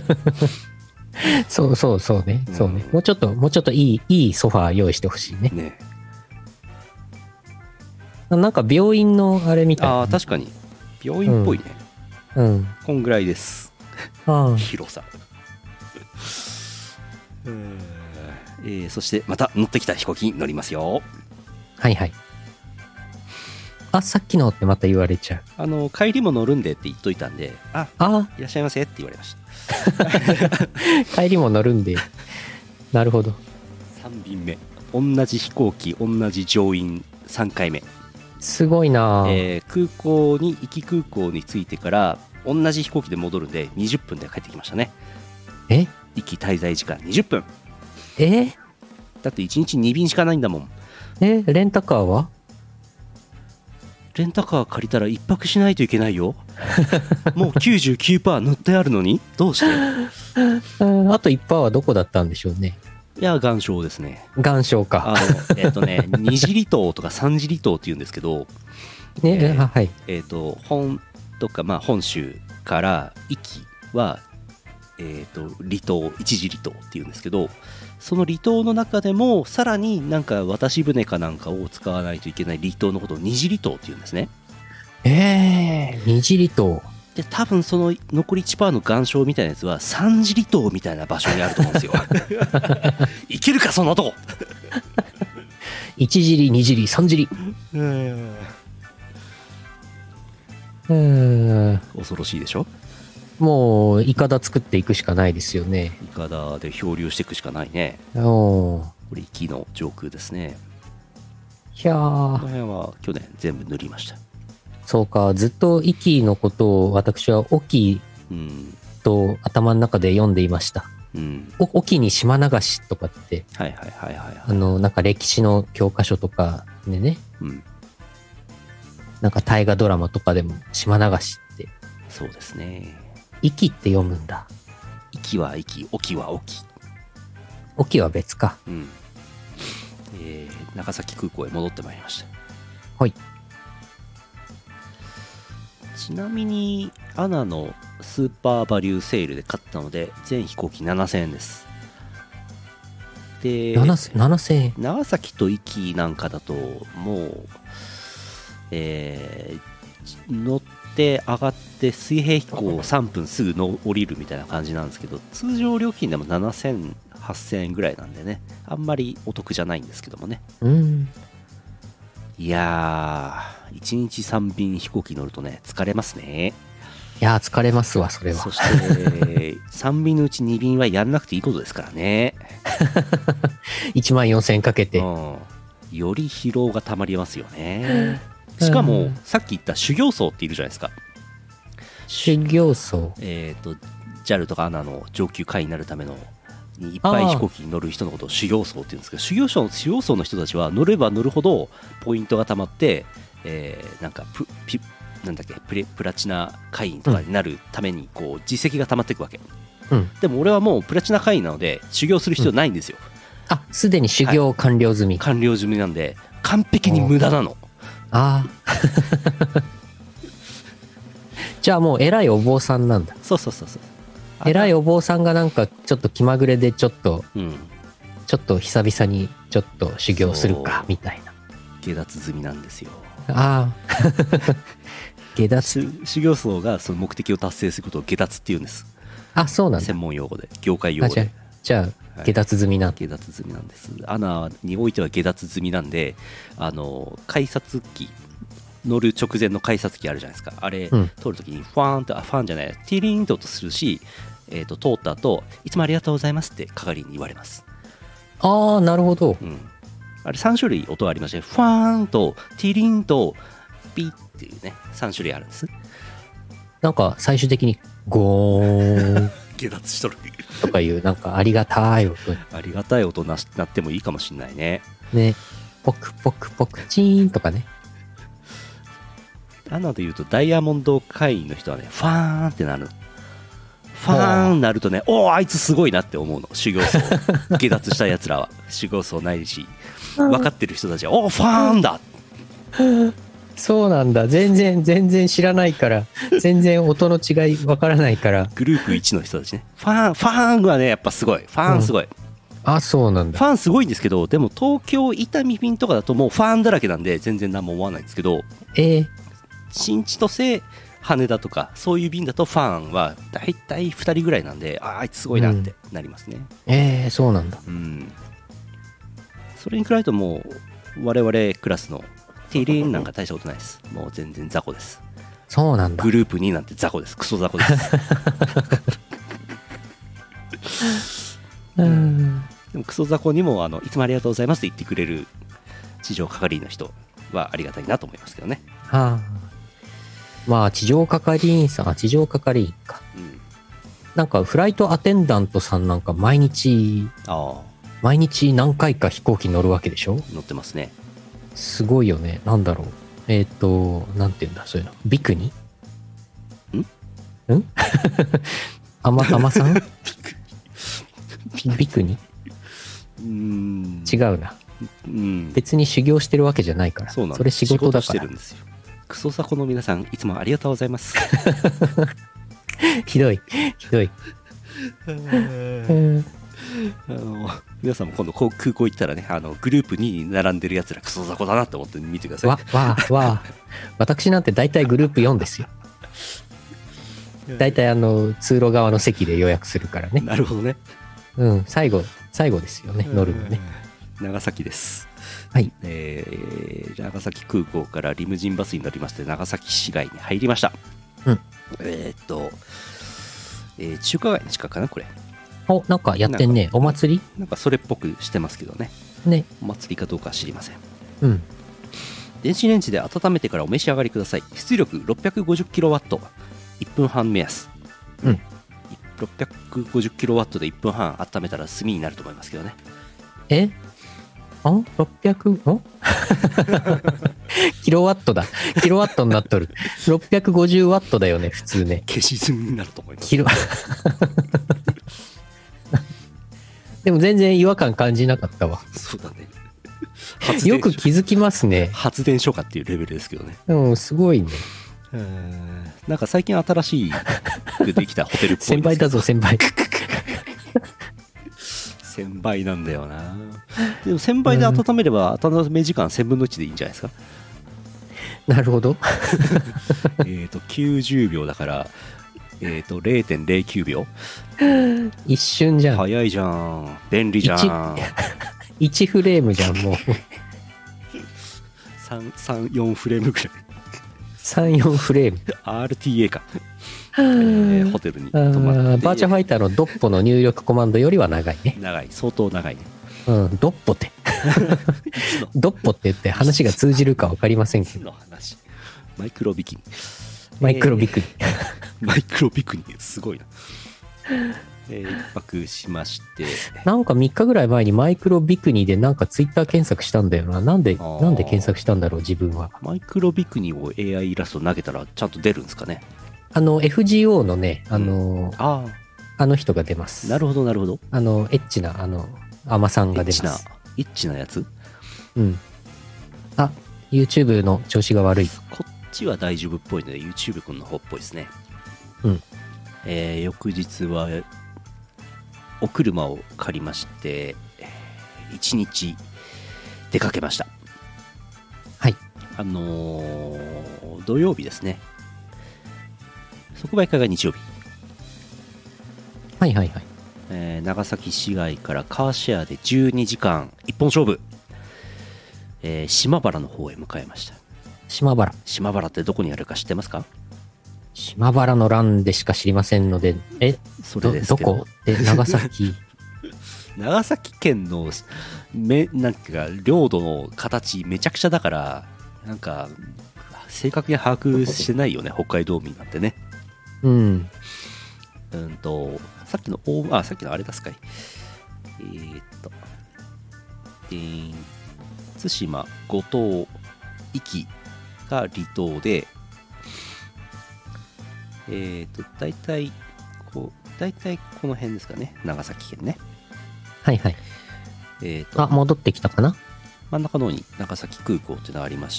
そうね、そうね。もうちょっといいソファー用意してほしいね。なんか病院のあれみたいな。 確かに病院っぽいね。こんぐらいです。広さ。そしてまた乗ってきた飛行機に乗りますよ。 はいはい。さっきのってまた言われちゃう。帰りも乗るんでって言っといたんで、いらっしゃいませって言われました。 帰りも乗るんで。なるほど。 3便目。同じ飛行機、同じ乗員3回目。 すごいな。 壱岐空港に着いてから同じ飛行機で戻るんで20分で帰ってきましたね。壱岐滞在時間20分。だって1日2便しかないんだもん。 レンタカーは？ レンタカー借りたら1泊しないといけないよ。もう 99% 乗ってあるのにどうして？ あと 1% はどこだったんでしょうね。 いや、岩礁ですね。 岩礁か。 二次離島とか三次離島っていうんですけど、 はい。 本州から壱岐は離島、一次離島っていうんですけど、その離島の中でもさらになんか渡し船かなんかを使わないといけない離島のことを二次離島っていうんですね。 二次離島で、多分その残り 1% の岩礁みたいなやつは三次離島みたいな場所にあると思うんですよ。いけるかそんなとこ。 一次離、二次離、三次離。 恐ろしいでしょ。 もうイカダ作っていくしかないですよね。 イカダで漂流していくしかないね。 これ壱岐の上空ですね。 いやー、 この辺は去年全部塗りました。 そうか、ずっと壱岐のことを私はオキと頭の中で読んでいました。 うん、 沖に島流しとかって、 はいはいはいはいはい。 なんか歴史の教科書とかでね、 うん、 なんか大河ドラマとかでも島流しって、 そうですね。 沖って読むんだ。 沖は沖、沖は沖。 沖は別か。 うん。長崎空港へ戻ってまいりました。 はい。 ちなみにアナのスーパーバリューセールで買ったので全飛行機7000円です。で 7000円。 長崎と壱岐なんかだともう、乗って上がって水平飛行3分すぐの降りるみたいな感じなんですけど、通常料金でも7000、8000円ぐらいなんでね、あんまりお得じゃないんですけどもね。いやー、1日3便飛行機乗るとね、疲れますね。 いやー、疲れますわ、それは。 そして3便のうち2便はやんなくていいことですからね。 14,000円かけて、 より疲労がたまりますよね。しかもさっき言った修行僧っているじゃないですか。 修行僧、 JAL とか ANA の上級会員になるためのいっぱい飛行機に乗る人のことを修行僧って言うんですけど、修行僧の人たちは乗れば乗るほどポイントがたまって、なんかなんだっけプラチナ会員とかになるためにこう実績がたまっていくわけ、でも俺はもうプラチナ会員なので修行する必要ないんですよ、 すでに修行完了済み、 完了済みなんで完璧に無駄なの。 じゃあもう偉いお坊さんなんだ。 そう偉いお坊さんがなんかちょっと気まぐれでちょっと久々にちょっと修行するかみたいな。 下脱済みなんですよ。 下脱。 修行僧がその目的を達成することを下脱っていうんです。 そうなんだ。 専門用語で、業界用語で。 じゃあ下脱済みなんだ。 下脱済みなんです。アナにおいては下脱済みなんで、改札機乗る直前の改札機あるじゃないですか。あれ、通るときにファーンとファンじゃないティリーンと音するし、通った後いつもありがとうございますって係に言われます。 なるほど。 あれ3種類音ありまして、ファーンとティリンとピーっていうね3種類あるんです。 なんか最終的にゴーン下脱しとるとかいうなんかありがたい音、 ありがたい音なってもいいかもしんないね。 ポクポクポクチーンとかね。 アナで言うとダイヤモンド会員の人はねファーンってなる。ファーンなるとね、あいつすごいなって思うの。修行僧下脱したやつらは修行僧ないし、分かってる人たちはファーンだそうなんだ。全然知らないから、全然音の違いわからないから。 グループ1の人たちね。ファーンはねやっぱすごい。ファーンすごい、 そうなんだ。 ファンすごいんですけど、でも東京伊丹便とかだともうファンだらけなんで全然何も思わないんですけど、新千歳羽田とかそういう便だとファンはだいたい2人ぐらいなんで、あいつすごいなってなりますね。 そうなんだ。 それに比べるともう我々クラスのティリンなんか大したことないです。もう全然雑魚です。 そうなんだ。 グループ2なんて雑魚です。クソ雑魚ですでもクソ雑魚にもいつもありがとうございますって言ってくれる地上係員の人はありがたいなと思いますけどね。 まあ地上係員さん、地上係員か、なんかフライトアテンダントさんなんか毎日何回か飛行機乗るわけでしょ。 乗ってますね。 すごいよね。なんだろう、なんていうんだそういうの、ビクニアマさんビクニ違うな。別に修行してるわけじゃないから。それ仕事だから。してるんですよ。 クソ雑魚の皆さんいつもありがとうございますひどい皆さんも今度空港行ったらね、グループ2に並んでるやつらクソ雑魚だなって思って見てください。 私なんて大体グループ4ですよ。大体通路側の席で予約するからね。 なるほどね。 最後ですよね、乗るのね。 長崎です。 はい。 長崎空港からリムジンバスに乗りまして長崎市街に入りました。中華街の近くかなこれ。 なんかやってんね。お祭りなんかそれっぽくしてますけどね。お祭りかどうかは知りません。電子レンジで温めてからお召し上がりください。出力 650kW、1分半目安。1 650キロワットで1分半温めたら炭になると思いますけどね。 え600んキロワットだ。キロワットになっとる。650ワットだよね、普通ね。 消し炭になると思います。 キロでも全然違和感感じなかったわ。 そうだね。 よく気づきますね。 発電所かっていうレベルですけどね。 うん、すごいね。 なんか最近新しいくできたホテルっぽいです。 先輩だぞ、先輩。 1000倍なんだよな。でも1000倍で温めれば温め時間1000分の1でいいんじゃないですか。 なるほど。 90秒だから0.09 秒。 一瞬じゃん。 早いじゃん。便利じゃん。 1フレームじゃん、もう。 4フレームぐらい。 3、4フレーム。 RTA か。ホテルに泊まって。 バーチャファイターのドッポの入力コマンドよりは長いね。 長い。相当長いね。 うん、ドッポって。ドッポって言って話が通じるか分かりませんけど。 マイクロビキニ。 マイクロビクニ。 マイクロビクニ。すごいな。一泊しまして。 なんか3日ぐらい前にマイクロビクニでなんかツイッター検索したんだよな。なんで検索したんだろう、自分は。 マイクロビクニを AI イラスト投げたらちゃんと出るんですかね。 FGO のね、あの人が出ます。 なるほど、なるほど。 エッチな、アマさんが出ます。 エッチなやつ？ うん。あ、YouTube の調子が悪い。 こっちは大丈夫っぽいので、YouTube 君の方っぽいですね。 うん。 翌日は、お車を借りまして、1日出かけました。 はい。 土曜日ですね。即売会が日曜日。 はいはいはい。 長崎市街からカーシェアで12時間一本勝負、島原の方へ向かいました。島原ってどこにあるか知ってますか？ 島原の乱でしか知りませんので、 それですけど、 どこで長崎長崎県のなんか領土の形めちゃくちゃだから、なんか正確に把握してないよね、北海道民なんてね。 うん。 さっきのあれだすかい。対馬、五島、壱岐が離島で、大体この辺ですかね、長崎県ね。 はいはい。戻ってきたかな。 真ん中の方に長崎空港っていうのがありまして、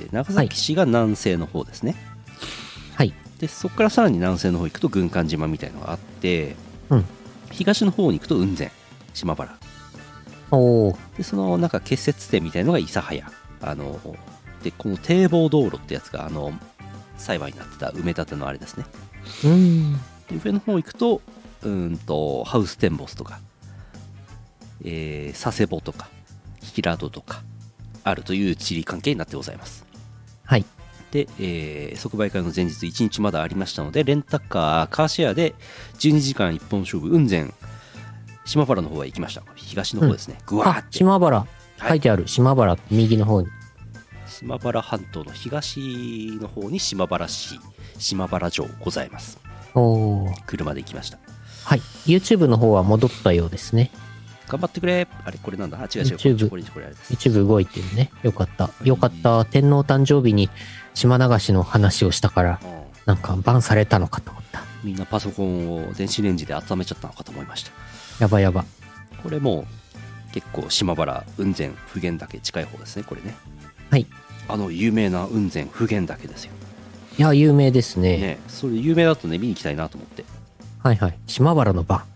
長崎市が南西の方ですね。 はい。 でそこからさらに南西の方行くと軍艦島みたいなのがあって、 うん、 東の方に行くと雲仙、島原。でそのなんか結節点みたいなのが諫早。でこの堤防道路ってやつが裁判になってた埋め立てのあれですね。で上の方行くとハウステンボスとか、佐世保とか平戸とかあるという地理関係になってございます。 はい。 で、即売会の前日1日まだありましたので、レンタカーカーシェアで12時間一本勝負、雲仙島原の方へ行きました。東の方ですね。ぐわーって。 島原書いてある、島原右の方に。 島原半島の東の方に島原市、島原城ございます。車で行きました。はい。 YouTube の方は戻ったようですね。 頑張ってくれ。あれこれなんだ。違う YouTube これあれです。 YouTube 動いてるね。よかった、よかった。天皇誕生日に島流しの話をしたから、なんかバンされたのかと思った。 みんなパソコンを電子レンジで温めちゃったのかと思いました。 やばやば。 これもう結構島原雲仙普賢岳近い方ですね、これね。 はい。 有名な雲仙普賢岳ですよ。 いや、有名ですね。 ね、それ有名だとね、見に行きたいなと思って。 はいはい。島原のバ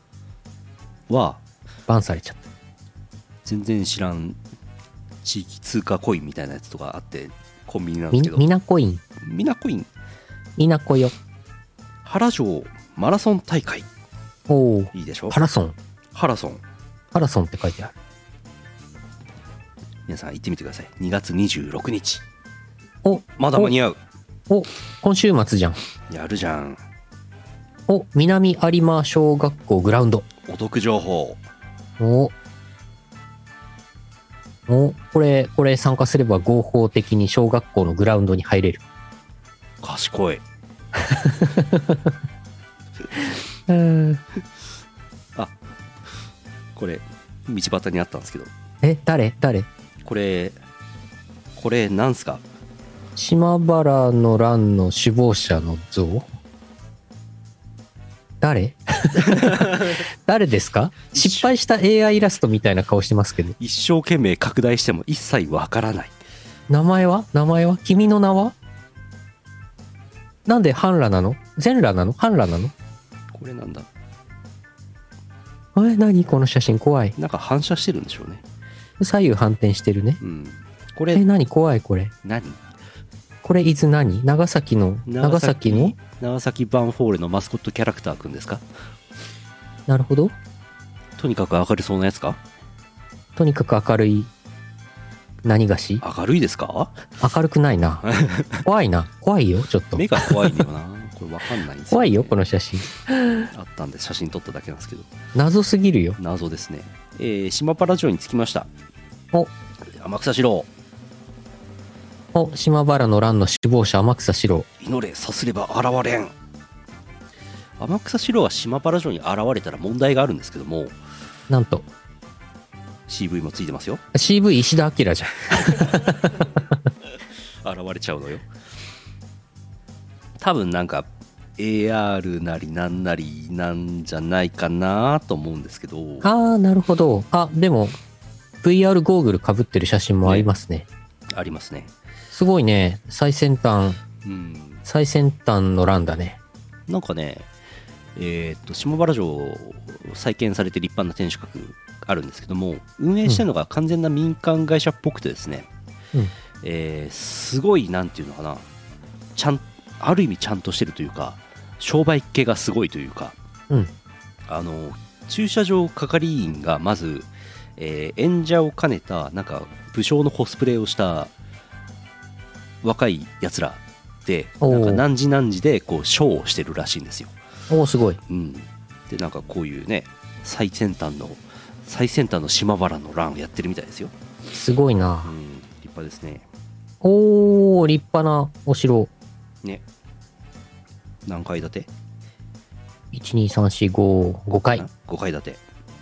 ンされちゃった。 全然知らん地域通貨コインみたいなやつとかあって、コンビニなんですけど。 みなコイン。 みなコイン。 みなこよ。 原城マラソン大会。いいでしょ。 ハラソンって書いてある。 皆さん行ってみてください。2月26日。まだ間に合う。 今週末じゃん。 やるじゃん。 南有馬小学校グラウンド。 お得情報。 これ参加すれば合法的に小学校のグラウンドに入れる。 賢い。 あ、これ道端にあったんですけど、 誰これなんすか？ 島原の乱の首謀者の像？誰誰ですか？失敗した AI イラストみたいな顔してますけど。 一生懸命拡大しても一切わからない。 名前は君の名は？なんで半裸なの？全裸なの？半裸なの？ これなんだ？ 何この写真怖い。 なんか反射してるんでしょうね。 左右反転してるね。 うん。これ何怖いこれ。 何？ これ伊豆何？長崎の長崎ヴァンフォーレのマスコットキャラクターくんですか？ なるほど。 とにかく明るそうなやつか？ とにかく明るい何がし？ 明るいですか？ 明るくないな。怖いな。怖いよちょっと。 目が怖いんだよな。これわかんないんですよ、ね。 怖いよこの写真。 あったんで写真撮っただけなんですけど。 謎すぎるよ。 謎ですね。島原城に着きました。 お、 天草四郎。 島原の乱の首謀者天草四郎。 祈れさすれば現れん。天草四郎が島原城に現れたら問題があるんですけども、 なんと CV もついてますよ。 CV 石田明じゃん。 現れちゃうのよ。多分なんか AR なりなんなりなんじゃないかなと思うんですけど。 なるほど。でも VR ゴーグル被ってる写真もありますね。 ありますね。 すごいね。最先端の乱だね。 なんかね、下原城再建されて立派な天守閣あるんですけども、運営してるのが完全な民間会社っぽくてですね、すごいなんていうのかな、ある意味ちゃんとしてるというか、商売っ気がすごいというか、駐車場係員がまず、演者を兼ねたなんか武将のコスプレをした若いやつらで、なんか何時何時でこうショーをしてるらしいんですよ。 すごい。 でなんかこういうね、最先端の島原の乱をやってるみたいですよ。 すごいな。 立派ですね。 立派なお城ね。何階建て ？12345階。 5階建て。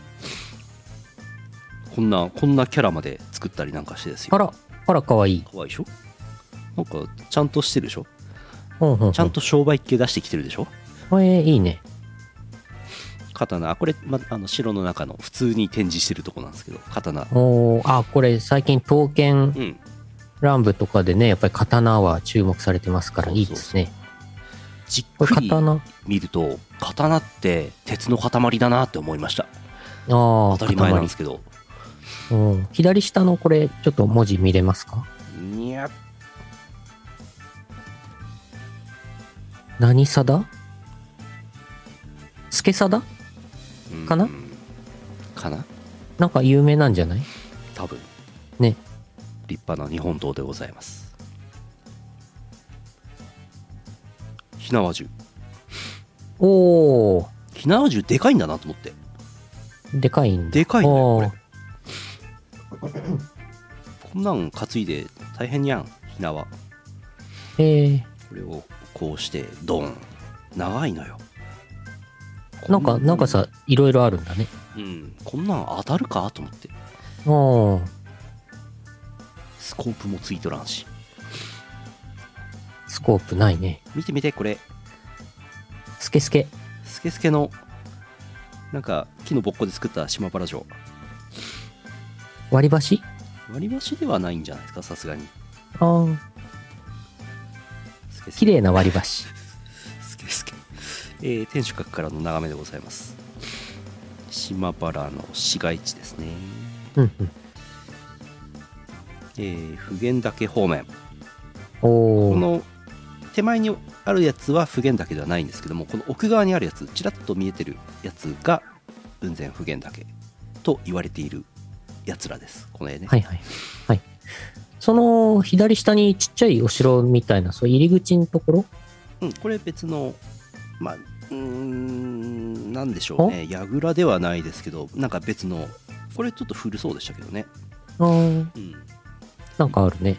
こんなキャラまで作ったりなんかしてですよ。 あらかわいい。 かわいいでしょ。なんかちゃんとしてるでしょ。 ちゃんと商売っ気出してきてるでしょ。 いいね。 刀、これ、城の中の普通に展示してるとこなんですけど、刀。 これ最近刀剣乱舞とかでね、やっぱり刀は注目されてますからいいですね。 じっくり見ると、刀って鉄の塊だなって思いました。当たり前なんですけど。 左下のこれちょっと文字見れますか？ にゃっ。 何貞？助貞かな？なんか有名なんじゃない？ 多分ね。 立派な日本刀でございます。火縄銃。火縄銃でかいんだなと思って。 でかいんだ。 でかいんだよこれ。こんなん担いで大変にゃん。火縄。これをこうしてドン。長いのよ。 なんかさ、いろいろあるんだね。 こんなん当たるかと思って。スコープもついとらんし。 スコープないね。 見て見て、これスケスケのなんか木のぼっこで作った島原城。 割り箸ではないんじゃないですか、さすがに。 綺麗な割り箸。 スケ天守閣からの眺めでございます。島原の市街地ですね。普賢岳方面。この手前にあるやつは普賢岳ではないんですけども、この奥側にあるやつ、ちらっと見えてるやつが雲仙普賢岳と言われているやつらです。この絵ね。 その左下にちっちゃいお城みたいな、そう入り口のところ？ これ別の、なんでしょうね、櫓ではないですけど、なんか別の、これちょっと古そうでしたけどね。 なんかあるね。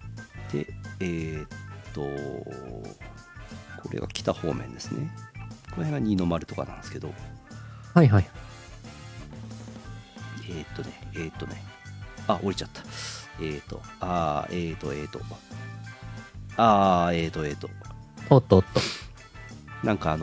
で、これが北方面ですね。 この辺が二の丸とかなんですけど、 はいはい。 降りちゃった。 おっとおっと。 なんか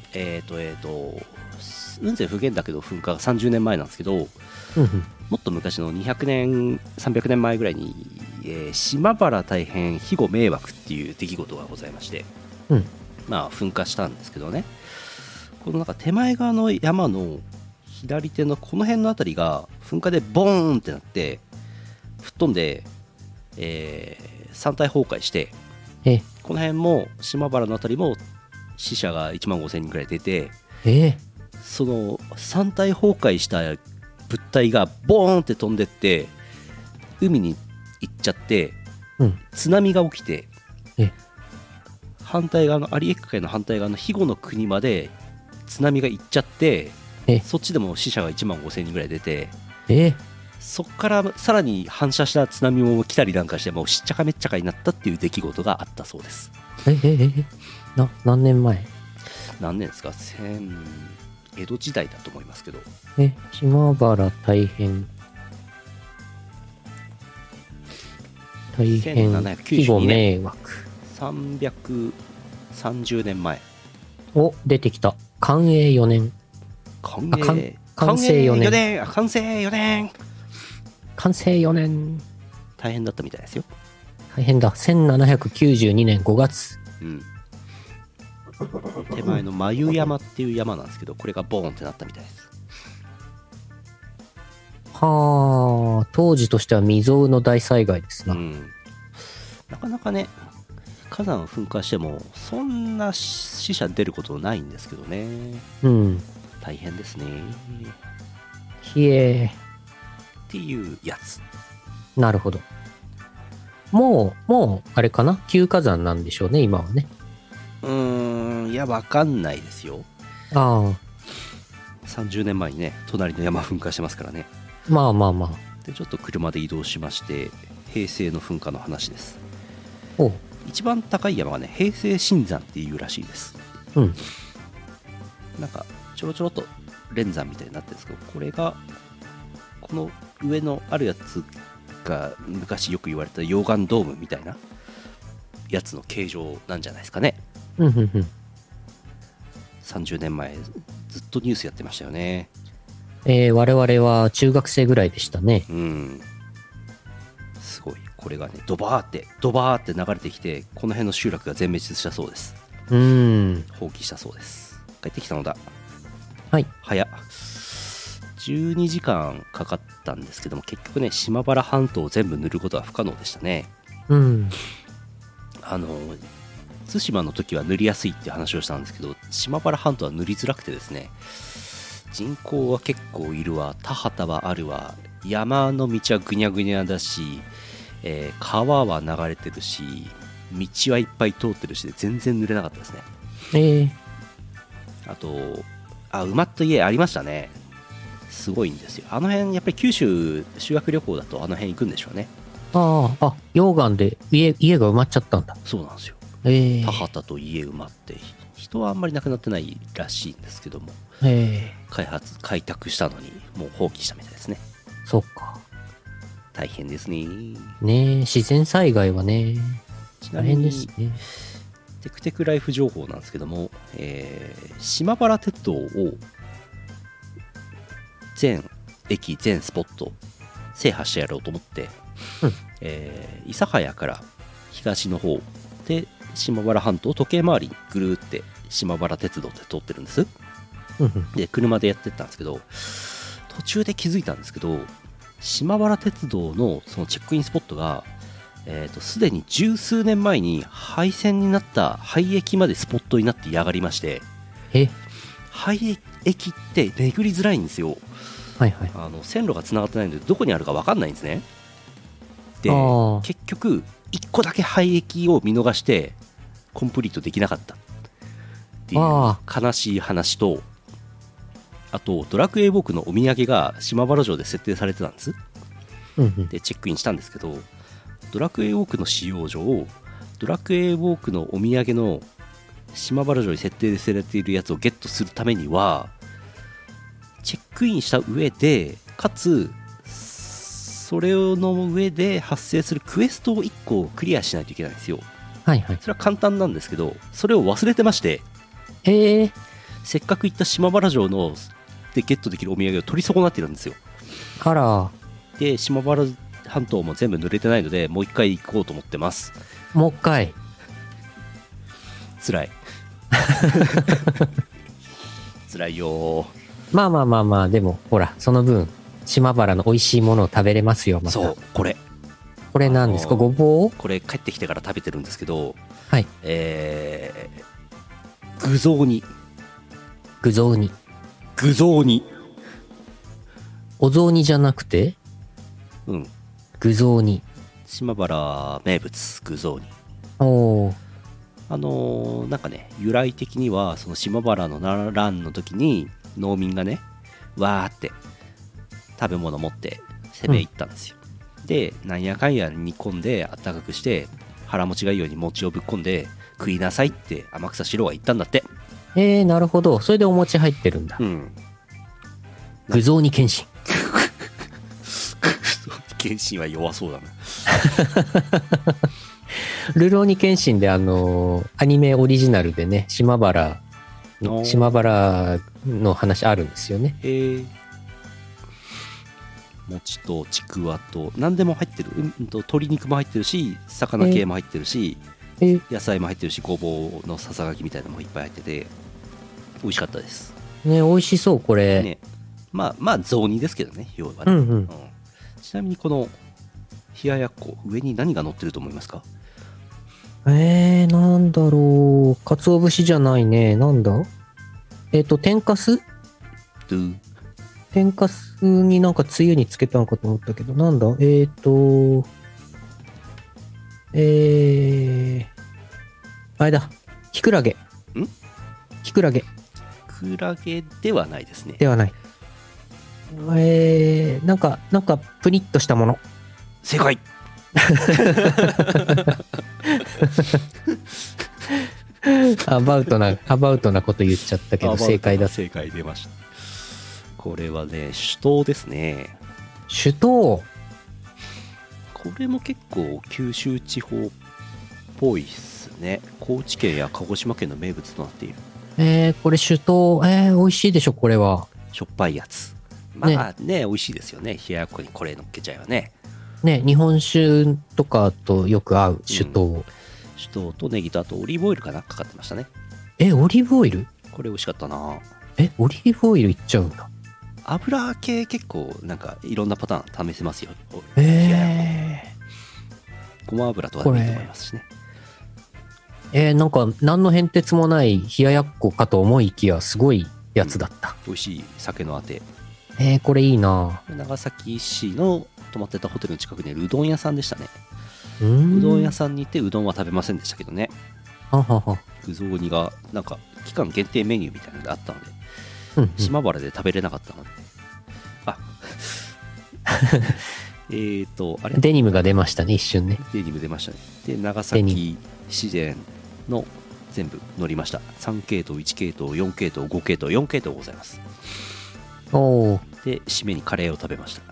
雲仙普賢岳の噴火が30年前なんですけど、 うんもっと昔の200年300年前ぐらいに、島原大変肥後迷惑っていう出来事がございまして、 うん。 まあ噴火したんですけどね、このなんか手前側の山の左手のこの辺の辺りが噴火でボーンってなって吹っ飛んで、山体崩壊して、この辺も島原の辺りも死者が1万5000人ぐらい出て、その山体崩壊した物体がボーンって飛んでって海に行っちゃって、 うん、 津波が起きて、反対側の有明海の反対側の肥後の国まで津波が行っちゃって、そっちでも死者が1万5000人ぐらい出て、そっからさらに反射した津波も来たりなんかして、もうしっちゃかめっちゃかになったっていう出来事があったそうです。 何年前？ 何年ですか？江戸時代だと思いますけど。 島原大変肥後迷惑。 330年前。 お、出てきた。寛永4年。 完成4年。完成4年。 完成4年。 大変だったみたいですよ。 大変だ。1792年5月。 うん。手前の眉山っていう山なんですけど、これがボーンってなったみたいです。 はあ、当時としては未曾有の大災害ですな。 なかなかね、火山噴火してもそんな死者出ることないんですけどね。大変ですね。 ひえっていうやつ。 なるほど。もうあれかな、旧火山なんでしょうね、今はね。 いや、わかんないですよ。30年前にね、隣の山噴火してますからね。 まあ。 で、ちょっと車で移動しまして、平成の噴火の話です。 お、 一番高い山がね、平成新山っていうらしいです。なんかちょろちょろと連山みたいになってるんですけど、これがこの上のあるやつが昔よく言われた溶岩ドームみたいなやつの形状なんじゃないですかね。30年前ずっとニュースやってましたよね。 我々は中学生ぐらいでしたね。 すごい。これがね、ドバーって流れてきて、この辺の集落が全滅したそうです。放棄したそうです。帰ってきたのだ。早っ。12時間かかったんですけども、結局ね、島原半島を全部塗ることは不可能でしたね。対馬の時は塗りやすいっていう話をしたんですけど、島原半島は塗りづらくてですね、人口は結構いるわ、田畑はあるわ、山の道はぐにゃぐにゃだし、川は流れてるし、道はいっぱい通ってるしで全然塗れなかったですね。あと、馬と家ありましたね。すごいんですよ。あの辺やっぱり九州修学旅行だとあの辺行くんでしょうね。 溶岩で家が埋まっちゃったんだ。 そうなんですよ。田畑と家埋まって、人はあんまり亡くなってないらしいんですけども、開拓したのにもう放棄したみたいですね。 そっか。 大変ですね。 自然災害はね、大変ですね。 テクテクライフ情報なんですけども、島原鉄道を全駅全スポット制覇してやろうと思って、諫早から東の方で島原半島時計回りにぐるーって島原鉄道って通ってるんです。で、車でやってったんですけど、途中で気づいたんですけど、島原鉄道のそのチェックインスポットがすでに十数年前に廃線になった廃駅までスポットになってやがりまして、廃駅って巡りづらいんですよ。線路がつながってないのでどこにあるか分かんないんですね。で、結局1個だけ廃駅を見逃してコンプリートできなかったっていう悲しい話と、あとドラクエウォークのお土産が島原城で設定されてたんです。でチェックインしたんですけど、ドラクエウォークの使用上、ドラクエウォークのお土産の島原城に設定されているやつをゲットするためにはチェックインした上で、かつそれの上で発生するクエストを1個クリアしないといけないんですよ。 はいはい。 それは簡単なんですけど、それを忘れてまして、せっかく行った島原城のでゲットできるお土産を取り損なってるんですよ。 あら。 で、島原半島も全部濡れてないので、もう一回行こうと思ってます。 もう一回。 辛い辛いよ。 まあまあまあまあ、でもほら、その分島原の美味しいものを食べれますよ。また。 そう、これ何ですか？ごぼう？ これ帰ってきてから食べてるんですけど、 はい。 具雑煮。 具雑煮。 具雑煮。 お雑煮じゃなくて？ うん。 具雑煮。 島原名物具雑煮。 おー。 なんかね、由来的にはその島原の乱の時に農民がね、わーって食べ物持って攻め入ったんですよ。で、なんやかんや煮込んであったかくして腹持ちがいいように餅をぶっ込んで食いなさいって天草四郎が言ったんだって。 なるほど。それでお餅入ってるんだ。 うん。 具雑煮謙信。 謙信は弱そうだな。 ルローニケンシンでアニメオリジナルでね、島原の話あるんですよね。 餅とちくわと何でも入ってる、鶏肉も入ってるし、魚系も入ってるし、野菜も入ってるし、ごぼうのささがきみたいなのもいっぱい入ってて美味しかったですね。美味しそうこれね。まあ雑煮ですけどね、要はね、ちなみにこの冷ややっこ、上に何が乗ってると思いますか？ なんだろう。鰹節じゃないね。なんだ？天かす？天かすになんかつゆにつけたのかと思ったけど、なんだ？あれだ。きくらげ。きくらげ。 きくらげではないですね。 ではない。なんかプニッとしたもの。 正解。 アバウトなこと言っちゃったけど正解だ。 正解出ました。これはね、酒盗ですね。 酒盗。 これも結構九州地方っぽいっすね。高知県や鹿児島県の名物となっている。 これ酒盗。美味しいでしょこれは。 しょっぱいやつ。まあね、美味しいですよね。冷ややっこにこれ乗っけちゃえばね。 ね、日本酒とかとよく合う酒盗。 酒盗とネギとあとオリーブオイルかな、かかってましたね。 オリーブオイル？ これ美味しかったな。 オリーブオイルいっちゃうんだ。 油系結構なんかいろんなパターン試せますよ。ごま油とかでもいいと思いますしね。 なんか何の変哲もない冷ややっこかと思いきやすごいやつだった。 美味しい酒のあて。 これいいな。 長崎市の泊まってたホテルの近くにあるうどん屋さんでしたね。ううどん屋さんに行ってうどんは食べませんでしたけどね。具雑煮がなんか期間限定メニューみたいなのがあったので、島原で食べれなかったので、あれデニムが出ましたね、一瞬ね。 デニム出ましたね。で、長崎市電の全部乗りました。3系統、1系統、4系統、5系統、4系統ございます。で、締めにカレーを食べました。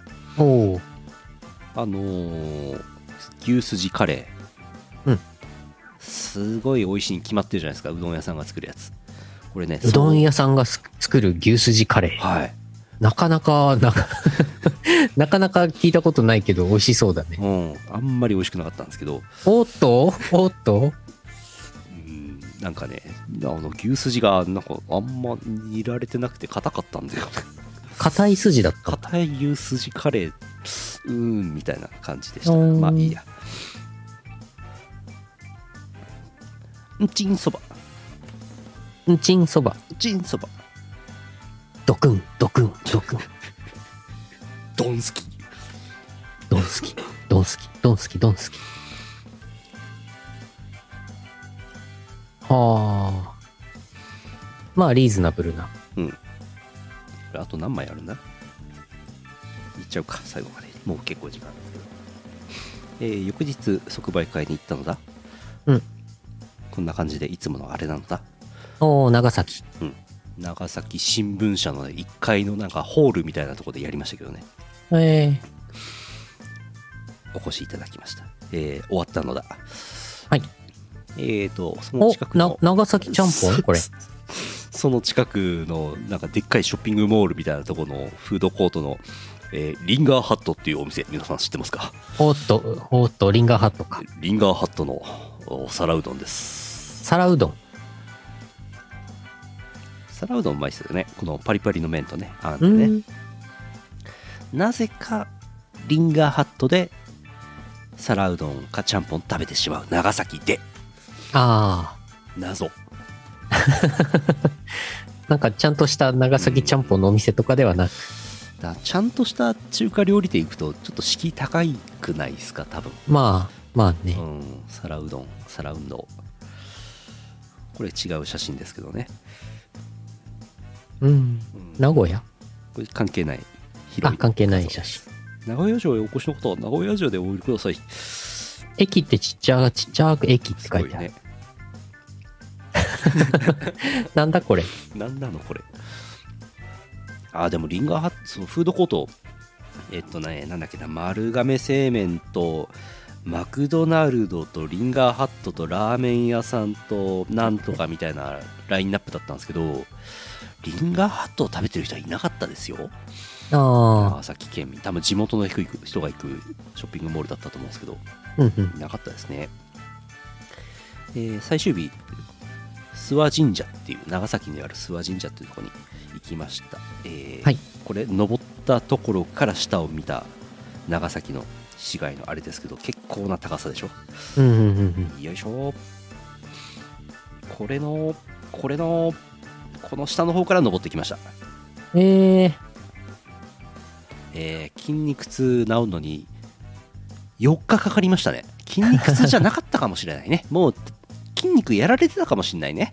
牛すじカレー。すごい美味しいに決まってるじゃないですか、うどん屋さんが作るやつ。これね、 うどん屋さんが作る牛すじカレー。 はい。 なかなか聞いたことないけど美味しそうだね。 あんまり美味しくなかったんですけど。 おっとなんかね、牛すじがなんかあんま煮られてなくて硬かったんだよ。 硬い筋だった。 硬い牛すじカレー、みたいな感じでした。まあいいや。チンそば。 チンそば。 チンそば。 ドクンドクンドクン。 ドン好き。 ドン好き。ドン好き。ドン好き。ドン好き。はあ。まあリーズナブルな。 あと何枚あるんだ？いっちゃうか、最後まで。もう結構時間ですけど。翌日即売会に行ったのだ。ここんな感じでいつものあれなのだ。 おー、長崎。 長崎新聞社の、ね、1階のなんかホールみたいなところでやりましたけどね。お越しいただきました。終わったのだ。 はい。 その近くの長崎ちゃんぽんこれ。 その近くのなんかでっかいショッピングモールみたいなところのフードコートの、リンガーハットっていうお店、皆さん知ってますか？ おっと、リンガーハットか。 リンガーハットの皿うどんです。 皿うどん。 皿うどんうまいですよね。このパリパリの麺とね、あんでね。なぜかリンガーハットで皿うどんかちゃんぽん食べてしまう長崎で。 ああ。 謎。 なんかちゃんとした長崎ちゃんぽんのお店とかではなく、 ちゃんとした中華料理店行くとちょっと敷居高くないですか、多分。 まあね。 皿うどん、皿運動。これ違う写真ですけどね。 名古屋？ これ関係ない。 関係ない写真。 名古屋城へお越しの方は名古屋城でお降りください。 駅ってちっちゃく駅って書いてある。なんだこれ。 なんなのこれ。でもリンガーハット、そのフードコート、なんだっけな、丸亀製麺とマクドナルドとリンガーハットとラーメン屋さんとなんとかみたいなラインナップだったんですけど、リンガーハットを食べてる人はいなかったですよ。長崎県民、多分地元の人が行くショッピングモールだったと思うんですけど、いなかったですね。最終日、諏訪神社っていう、長崎にある諏訪神社っていうところに行きました。 はい、 これ登ったところから下を見た長崎の市街のあれですけど、結構な高さでしょ。よいしょ。この下の方から登ってきました。筋肉痛治るのに4日かかりましたね。筋肉痛じゃなかったかもしれないね。もう筋肉やられてたかもしれないね。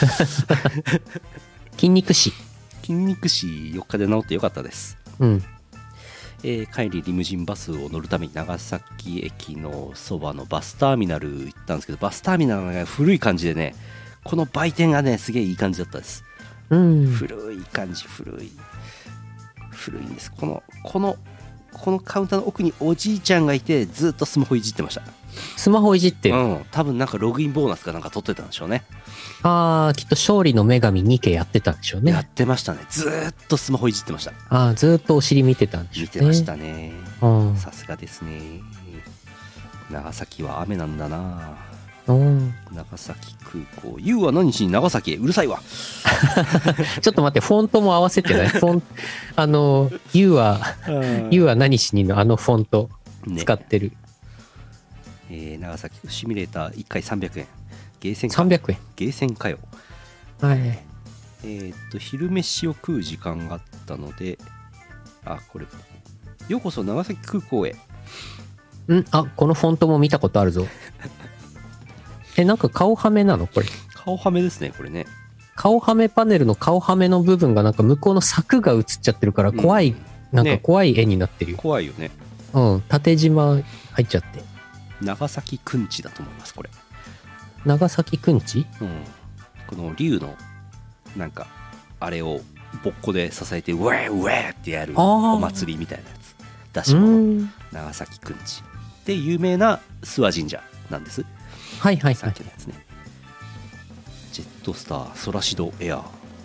筋肉死 4日で治ってよかったです。帰りリムジンバスを乗るために長崎駅のそばのバスターミナル行ったんですけど、バスターミナルが古い感じでね、この売店がねすげえいい感じだったです。古い感じ、古いんです。このカウンターの奥におじいちゃんがいて、ずっとスマホいじってました。 スマホいじってる。 多分なんかログインボーナスかなんか取ってたんでしょうね。 きっと勝利の女神2家やってたんでしょうね。 やってましたね。ずっとスマホいじってました。 ずっとお尻見てたんでしょうね。 見てましたね。さすがですね。長崎は雨なんだな。長崎空港。ユウは何しに長崎へ。うるさいわ。 ちょっと待って、フォントも合わせてない。ユウは何しにのフォント使ってる。 長崎シミュレーター1回300円。ゲーセンか。 300円。 ゲーセンかよ。 はい。 昼飯を食う時間があったので、これ。ようこそ長崎空港へ。 このフォントも見たことあるぞ。なんか顔はめなのこれ。 顔はめですね、これね。 顔はめパネルの顔はめの部分がなんか向こうの柵が映っちゃってるから怖い、なんか怖い絵になってるよ。 怖いよね。 縦縞入っちゃって。 長崎くんちだと思います、これ。 長崎くんち？ この竜のなんかあれをぼっこで支えてウェーウェーってやるお祭りみたいなやつ。出し物。長崎くんちで有名な諏訪神社なんです。 はいはいはい。 さっきのやつね。ジェットスター、ソラシドエア、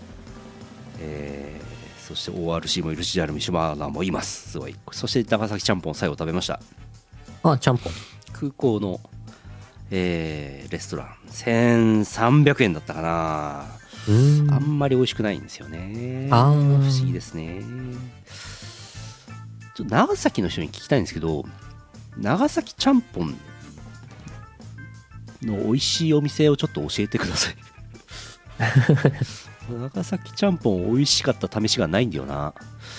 そして ORC もいるし、JAL ミシュマーナーもいます。すごい。そして長崎ちゃんぽん最後食べました。 ちゃんぽん。 空港の、レストラン1300円だったかな。あんまり美味しくないんですよね。不思議ですね。ちょっと長崎の人に聞きたいんですけど、長崎ちゃんぽんの美味しいお店をちょっと教えてください。長崎ちゃんぽん美味しかった試しがないんだよな。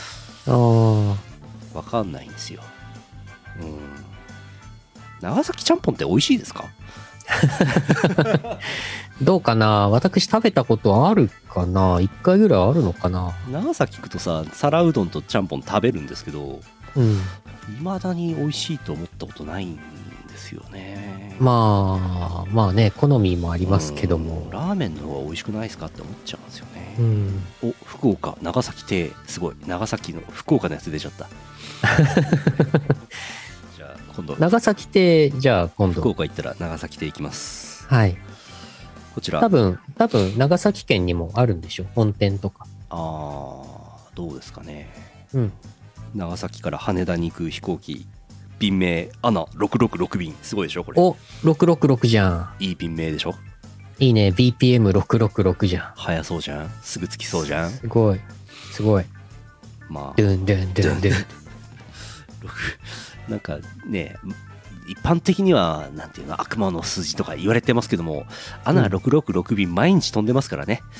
わかんないんですよ。長崎ちゃんぽんって美味しいですか？ どうかな。私食べたことあるかな。1回ぐらいあるのかな。 長崎行くとさ、皿うどんとちゃんぽん食べるんですけど、未だに美味しいと思ったことないんでですよね。 まあね、好みもありますけども。 ラーメンの方が美味しくないですかって思っちゃうんですよね。お、福岡、長崎亭、すごい。長崎の福岡のやつ出ちゃった。じゃあ今度。長崎亭、じゃあ今度。 福岡行ったら長崎亭行きます。 はい。 こちら。 多分長崎県にもあるんでしょ、本店とか。 どうですかね。 うん。 長崎から羽田に行く飛行機。便名アナ666便、すごいでしょこれ。 お、666じゃん。 いい便名でしょ。 いいね。 BPM666 じゃん。 早そうじゃん。すぐ着きそうじゃん。 すごいすごい。 まあドゥンドゥンドゥンドゥンなんかね、一般的にはなんていうの、悪魔の数字とか言われてますけども、アナ666便毎日飛んでますからね。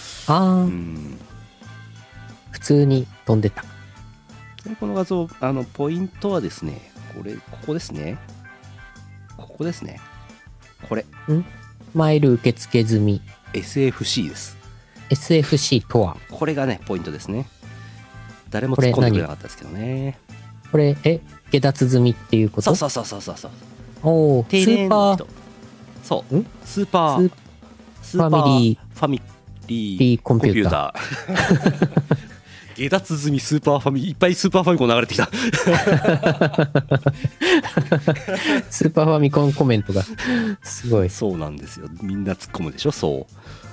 普通に飛んでた。 この画像、ポイントはですね、ここですね。ここですね。これ。 マイル受付済み。 SFC です。 SFC とはこれがね、ポイントですね。誰も突っ込んでくれなかったですけどね。 これ、下脱済みっていうこと？ そう。 おー、スーパー。 そう。スーパー。 ファミリーコンピューター。 下脱済みスーパーファミ、いっぱいスーパーファミコン流れてきた。 スーパーファミコンコメントがすごい。 そうなんですよ。みんな突っ込むでしょ。そう。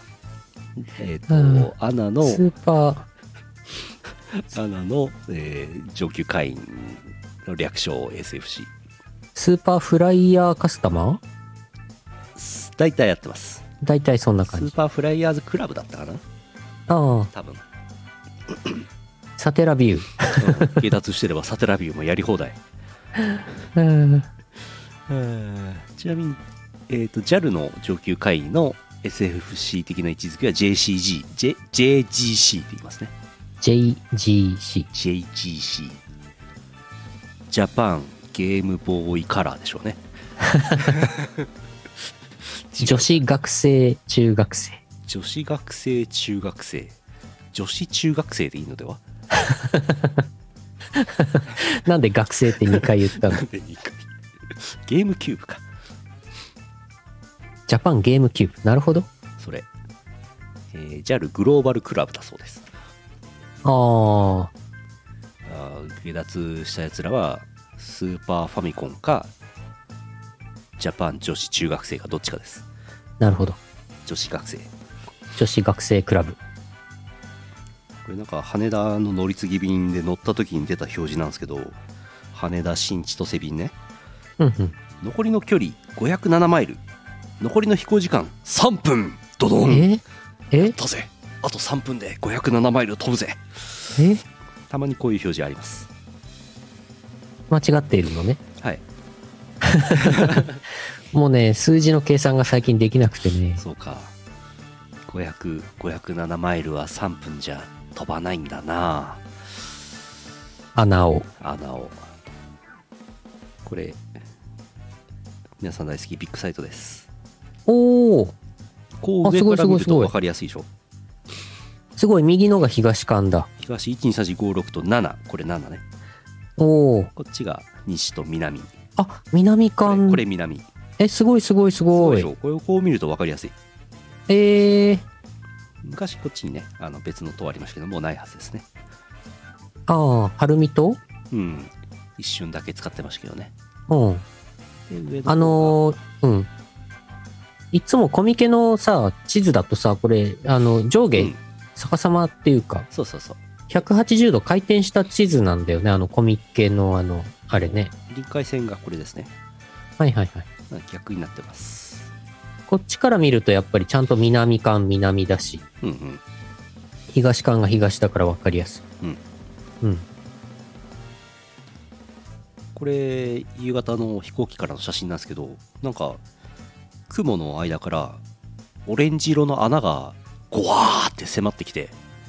アナのスーパーアナの、上級会員の略称 SFC。 スーパーフライヤーカスタマー？ 大体やってます。 大体そんな感じ。 スーパーフライヤーズクラブだったかな。 多分。サテラビュー。下脱してればサテラビューもやり放題。ちなみに、JAL の上級会員の SFC 的な位置づけは JGC って言いますね。 JGC。 ジャパンゲームボーイカラーでしょうね。 女子学生中学生。 女子学生中学生。女子中学生でいいのでは。 なんで学生って2回言ったの？ ゲームキューブか。 ジャパンゲームキューブ。なるほど。 それ、JAL グローバルクラブだそうです。 下脱したやつらはスーパーファミコンかジャパン女子中学生かどっちかです。 なるほど。 女子学生クラブ。 これなんか羽田の乗り継ぎ便で乗った時に出た表示なんですけど、羽田新千歳便ね。残りの距離507マイル、残りの飛行時間3分。ドドン。だぜ、あと3分で507マイル飛ぶぜ。たまにこういう表示あります。 間違っているのね。 はい。 もうね、数字の計算が最近できなくてね。 そうか。507マイルは3分じゃ飛ばないんだな。 穴を。 これ皆さん大好きビッグサイトです。 おお。 こう上から見ると分かりやすいでしょ。 すごい、右のが東館だ。 東12345と7、これ7ね。 おお。 こっちが西と南。 南館。 これ南。 すごい。すごい。 これをこう見ると分かりやすい。昔こっちにね、別の塔ありましたけどもうないはずですね。 晴海島？ 一瞬だけ使ってましたけどね。 いつもコミケのさ、地図だとさ、これ上下逆さまっていうか、 そう 180度回転した地図なんだよね。コミケのあれね。 臨海線がこれですね。 はい。 逆になってます。 こっちから見るとやっぱりちゃんと南館南だし、東館が東だから分かりやすい。 これ夕方の飛行機からの写真なんですけど、なんか雲の間からオレンジ色の穴がゴワーって迫ってきて、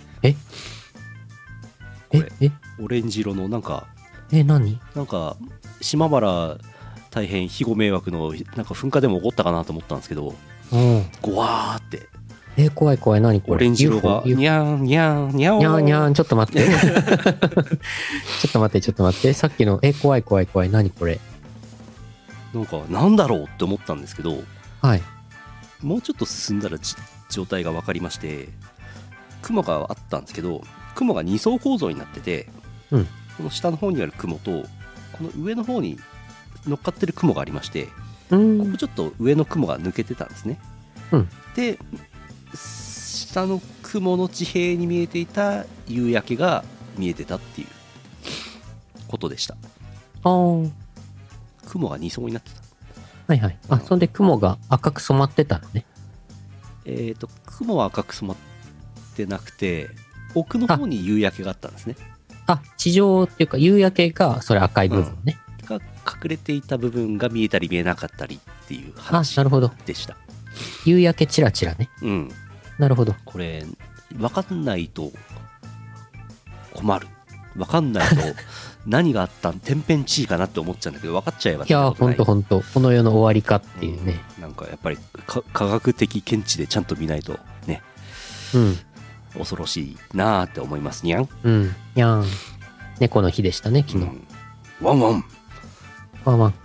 オレンジ色のなんか何？ なんか島原大変肥後迷惑のなんか噴火でも起こったかなと思ったんですけど、ゴワーって。 怖い。何これ？ オレンジ色がにゃーにゃーにゃーにゃー。ちょっと待って。ちょっと待って。さっきの怖い。何これ？ なんかなんだろうって思ったんですけど、 はい。 もうちょっと進んだら状態が分かりまして、雲があったんですけど、雲が2層構造になってて、 うん。 この下の方にある雲とこの上の方に乗っかってる雲がありまして、 うーん。 ここちょっと上の雲が抜けてたんですね。 うんで下の雲の地平に見えていた夕焼けが見えてたっていうことでした。 あー。 雲が2層になってた。 はいはい。あ、そんで雲が赤く染まってたのね。 雲は赤く染まってなくて、奥の方に夕焼けがあったんですね。 あ、地上っていうか夕焼けがそれ赤い部分ね。 が隠れていた部分が見えたり見えなかったりっていうあ、 話なるほど。 でした。 夕焼けチラチラね。 うん。 なるほど。 これ分かんないと困る。分かんないと何があったん天変地異かなって思っちゃうんだけど、分かっちゃえばいやー、ほんとほんと。この世の終わりかっていうね。 なんかやっぱり科学的見地でちゃんと見ないとね、 うん。 恐ろしいなーって思いますにゃん。 うん。にゃーん。猫の日でしたね、昨日。 うんワンワンワンワン。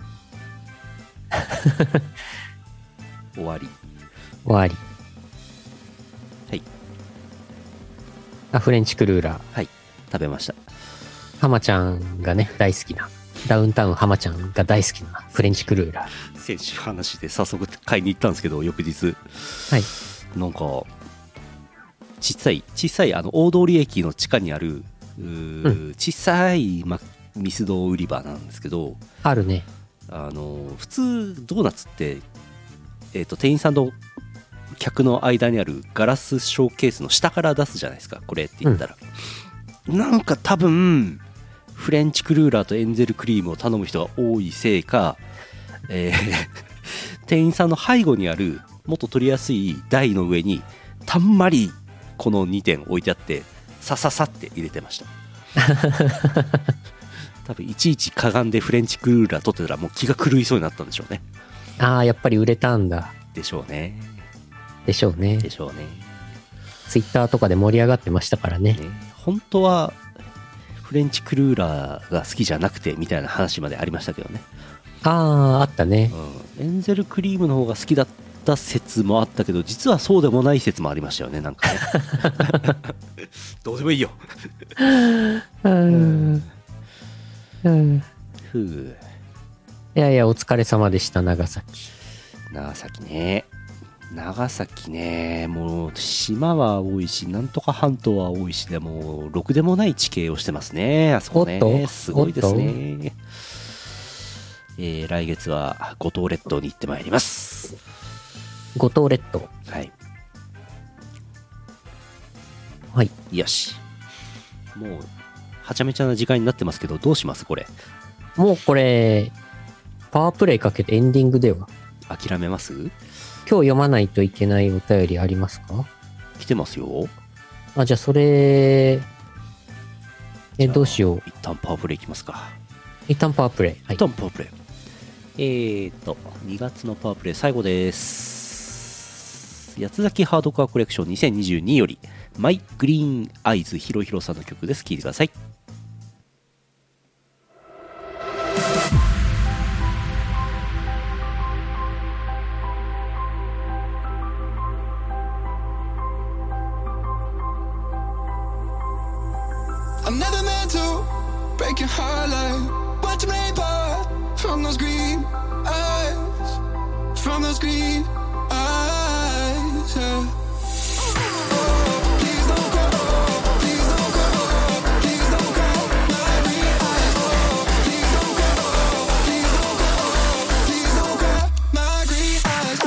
終わり。 終わり。 はい。 あ、フレンチクルーラー。 はい、食べました。 浜ちゃんがね、大好きな。ダウンタウン浜ちゃんが大好きなフレンチクルーラー。 先週話で早速買いに行ったんですけど、翌日はい。 なんか小さい大通駅の地下にある小さい、ミスド売り場なんですけど、 あるね。 普通ドーナツって、店員さんと客の間にあるガラスショーケースの下から出すじゃないですか、これって言ったら、なんか多分フレンチクルーラーとエンゼルクリームを頼む人が多いせいか、店員さんの背後にあるもっと取りやすい台の上にたんまりこの2点置いてあって、さささって入れてました。多分いちいちかがんでフレンチクルーラー取ってたらもう気が狂いそうになったんでしょうね。 ああ、やっぱり売れたんだ。 でしょうね。 でしょうね。 でしょうね。 ツイッターとかで盛り上がってましたからね。 本当はフレンチクルーラーが好きじゃなくてみたいな話までありましたけどね。 ああ、あったね。 エンゼルクリームの方が好きだった説もあったけど、実はそうでもない説もありましたよね、なんかね。どうでもいいよ。ふう。 いやいや、お疲れ様でした、長崎。 長崎ね、もう島は多いし、なんとか半島は多いしで、もうろくでもない地形をしてますね、あそこね。すごいですね。来月は五島列島に行ってまいります。 五島列島。 はい。 はい。 よし。もうはちゃめちゃな時間になってますけど、どうしますこれ。 もうこれパワープレイかけてエンディングでは諦めます？ 今日読まないといけないお便りありますか？ 来てますよ。 あ、じゃあそれどうしよう。 一旦パワープレイいきますか。 一旦パワープレイ。はい、 一旦パワープレイ。2月のパワープレイ最後です。八つ崎ハードコアコレクション2022よりマイグリーンアイズひろひろさんの曲です。聴いてください。 I never meant to break your heart like watch me part from those green eyes, from those green eyes. Yeah. Please don't go, please don't go, please don't go, my green eyes. Please don't go, please don't go, please don't go, my green eyes.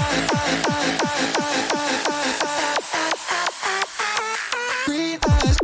Green eyes.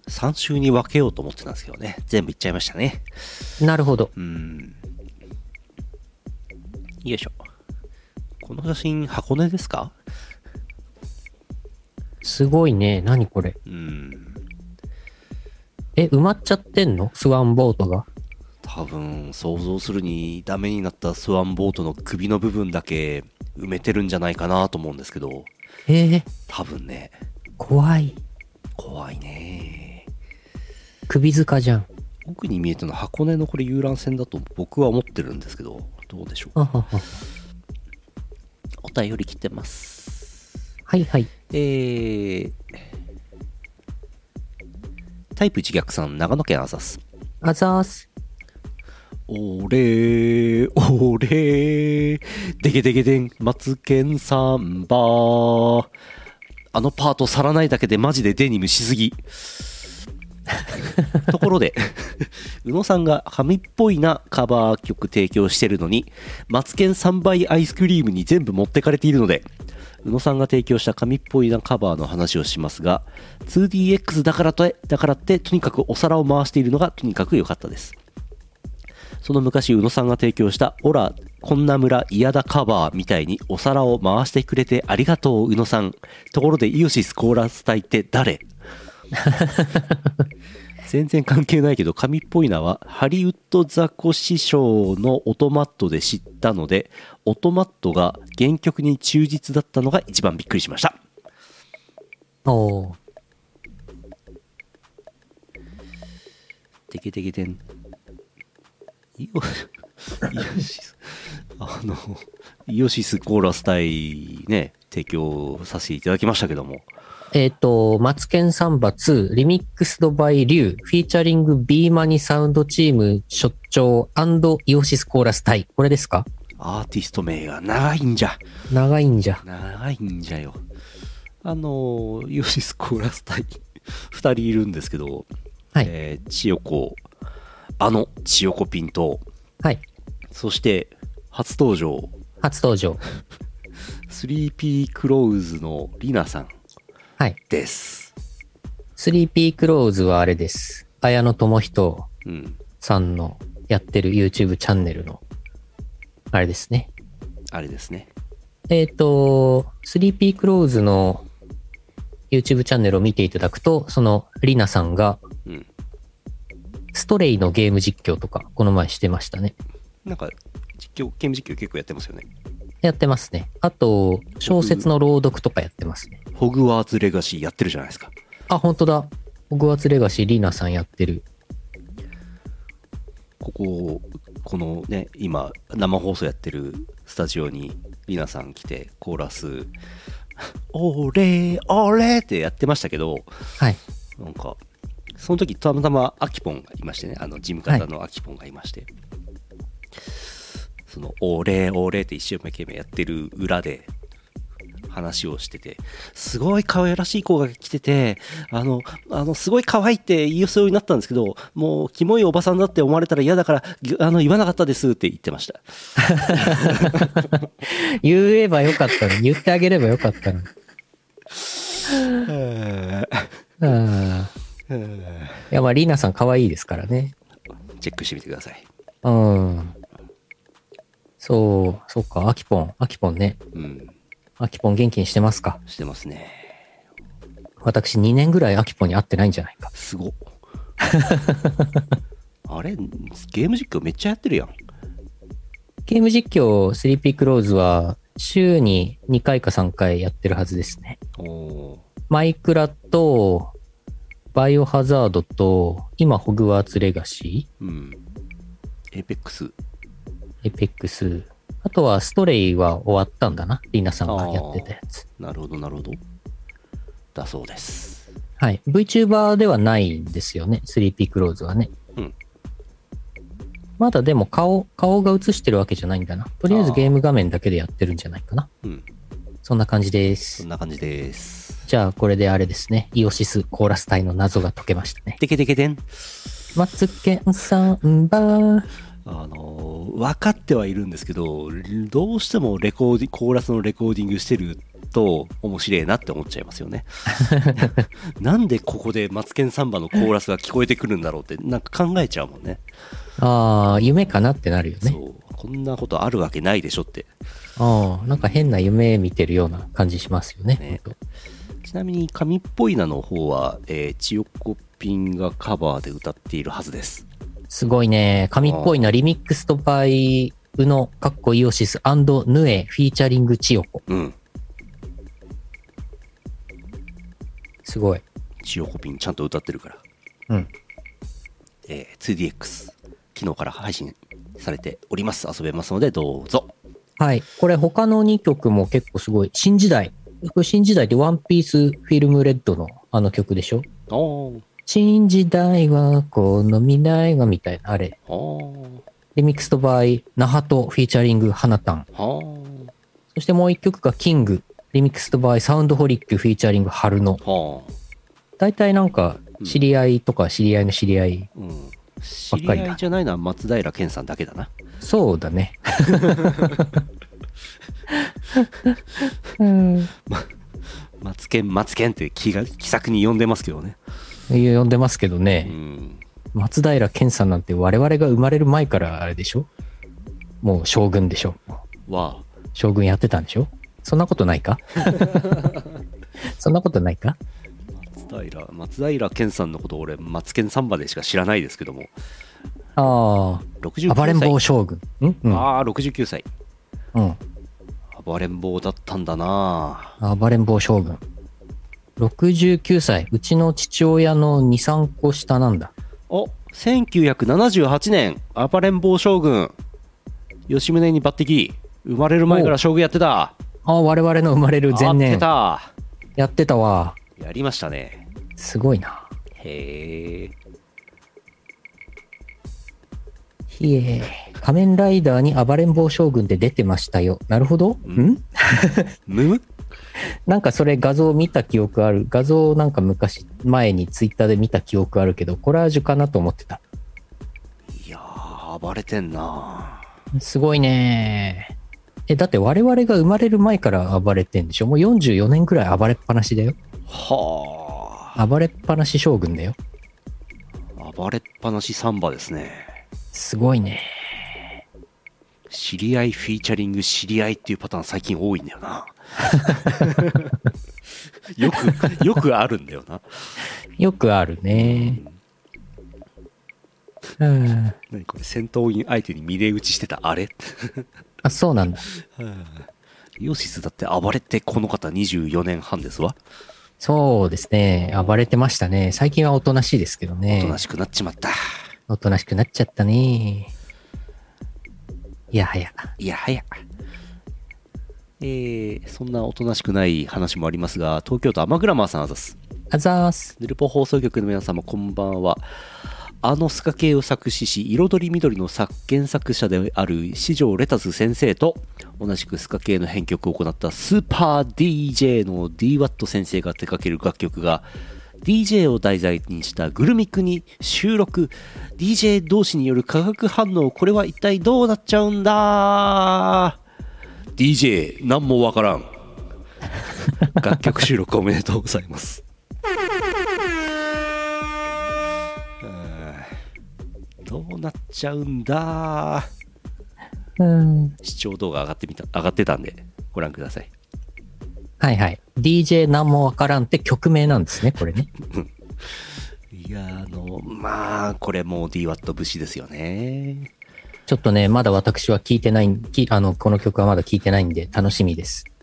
3週に分けようと思ってたんですけどね、全部いっちゃいましたね。 なるほど。 よいしょ。この写真箱根ですか？ すごいね。何これ。埋まっちゃってんの？スワンボートが。 多分想像するにダメになったスワンボートの首の部分だけ埋めてるんじゃないかなと思うんですけど、多分ね。 怖いね。 首塚じゃん。 奥に見えてるのは箱根のこれ遊覧船だと僕は思ってるんですけど、どうでしょう。お便り来てます。 はいはい。 タイプ自虐さん、長野県アザス。 あざーす。 おれー、でけでけでん、マツケンサンバー。あのパートさらないだけでマジでデニムしすぎ。ところで宇野さんが神っぽいなカバー曲提供してるのに、マツケン3倍アイスクリームに全部持ってかれているので、宇野さんが提供した神っぽいなカバーの話をしますが、 2DX だからってとにかくお皿を回しているのがとにかく良かったです。その昔宇野さんが提供したオラこんな村嫌だカバーみたいにお皿を回してくれてありがとう宇野さん。ところでイオシスコーラス隊って誰？全然関係ないけど、神っぽいなはハリウッドザコシショウのオトマットで知ったので、オトマットが原曲に忠実だったのが一番びっくりしました。 おー。 てけてけてん。イオシスコーラス隊ね、提供させていただきましたけども、 マツケンサンバ2リミックスドバイリュウフィーチャリング B マニサウンドチーム所長&イオシスコーラス隊、これですか？ アーティスト名が長いんじゃよ。イオシスコーラス隊2人いるんですけど、 はい、 千代子ピンと、 はい、 そして初登場スリーピークローズのリナさんです。 スリーピークローズはあれです。綾野智人さんのやってる YouTube チャンネルのあれですね。 スリーピークローズの YouTube チャンネルを見ていただくと、そのリナさんが、ストレイのゲーム実況とかこの前してましたね。 なんかゲーム実況結構やってますよね。 やってますね。あと小説の朗読とかやってますね。 ホグワーツレガシーやってるじゃないですか。 あ、本当だ。ホグワーツレガシーリーナさんやってる。 このね、今生放送やってるスタジオにリナさん来てコーラスオレオレってやってましたけど、 はい。 なんかその時たまたまアキポンがいましてね、事務方のアキポンがいまして、そのオレオレって一生懸命やってる裏で話をしてて、すごい可愛らしい子が来てて、すごい可愛いって言いそうになったんですけど、もうキモいおばさんだって思われたら嫌だから言わなかったですって言ってました。 言えばよかったの。言ってあげればよかったの。いや、まあリーナさん可愛いですからね。 チェックしてみてください。 そうか、アキポンね。アキポン元気にしてますか？ してますね。 私2年ぐらいアキポンに会ってないんじゃないか。 すごあれゲーム実況めっちゃやってるやん。 ゲーム実況 3P クローズは週に2回か3回やってるはずですね。マイクラとバイオハザードと今ホグワーツレガシー、 エイペックス、 あとはストレイは終わったんだな。リーナさんがやってたやつ。 なるほどだそうです。 はい。VTuber ではないんですよね。3P クローズはね。まだでも顔が映してるわけじゃないんだな。とりあえずゲーム画面だけでやってるんじゃないかな。そんな感じです。じゃあこれであれですね。イオシスコーラス隊の謎が解けましたね。 でけでけでん。 マツケンサンバ分かってはいるんですけど、どうしてもコーラスのレコーディングしてると面白いなって思っちゃいますよねなんでここでマツケンサンバのコーラスが聞こえてくるんだろうってなんか考えちゃうもんね。 ああ、夢かなってなるよね。 そう、こんなことあるわけないでしょって。 ああ、なんか変な夢見てるような感じしますよね。 ね、ちなみに神っぽいなの方は、千代子ピンがカバーで歌っているはずです。 すごいね。神っぽいな。リミックスとバイウノかっこイオシス&ヌエフィーチャリング千代子。 うん。 すごい。 千代子ピンちゃんと歌ってるから。 うん。 2DX 昨日から配信されております。遊べますのでどうぞ。 はい。これ他の2曲も結構すごい。新時代。これ新時代ってワンピースフィルムレッドのあの曲でしょ。 おー。 新時代はこの未来がみたいなあれ。リミックスと場合、ナハトフィーチャリングハナタン。そしてもう1曲がキング。リミックスと場合、サウンドホリックフィーチャリングハルノ。大体なんか知り合いとか知り合いの知り合いばっかりだ。 知り合いじゃないのは松平健さんだけだな。 そうだね。うん、 マツケンって気さくに呼んでますけどね。 呼んでますけどね、 うん、 松平健さんなんて我々が生まれる前からあれでしょ。もう将軍でしょ。将軍やってたんでしょ。そんなことないかそんなことないか。 松平健さんのこと俺マツケンサンバでしか知らないですけども。 ああ、暴れん坊将軍。 ああ、69歳。 うん。 暴れん坊だったんだな。 暴れん坊将軍。69歳。うちの父親の2、3個下なんだ。 お、1978年、暴れん坊将軍。吉宗に抜擢。生まれる前から将軍やってた。 我々の生まれる前年。やってたわ。 やりましたね。 すごいな。 へえ。仮面ライダーに暴れん坊将軍で出てましたよ。なるほど。なんかそれ画像見た記憶ある。画像なんか前にツイッターで見た記憶あるけど、コラージュかなと思ってた。 いやー、暴れてんな。 すごいね。だって我々が生まれる前から暴れてんでしょ。もう44年くらい暴れっぱなしだよ。 はあ。 暴れっぱなし将軍だよ。 暴れっぱなしサンバですね。 すごいね。 知り合いフィーチャリング知り合いっていうパターン最近多いんだよな。よくあるんだよな。 よくあるね。 何これ戦闘員相手に見れ打ちしてたあれあ、そうなんだ。 イオシスだって暴れてこの方24年半ですわ。 そうですね。暴れてましたね。最近はおとなしいですけどね。 おとなしくなっちまった。 おとなしくなっちゃったね。いやはや。 そんなおとなしくない話もありますが、東京都アマグラマーさんあざす。 あざーす。 ヌルポ放送局の皆様こんばんは。スカ系を作詞し、彩り緑の原作者である四条レタス先生と、同じくスカ系の編曲を行ったスーパー DJ の DWAT 先生が手掛ける楽曲が、DJ を題材にしたグルミックに収録。 DJ 同士による化学反応、これは一体どうなっちゃうんだ。 DJ なんもわからん。楽曲収録おめでとうございます。どうなっちゃうんだ。視聴動画上がってたんでご覧ください。 はいはい。DJ なんもわからんって曲名なんですね、これね。 いやまあこれもう DWAT 節ですよね。 ちょっとね、まだ私は聞いてない、この曲はまだ聞いてないんで楽しみです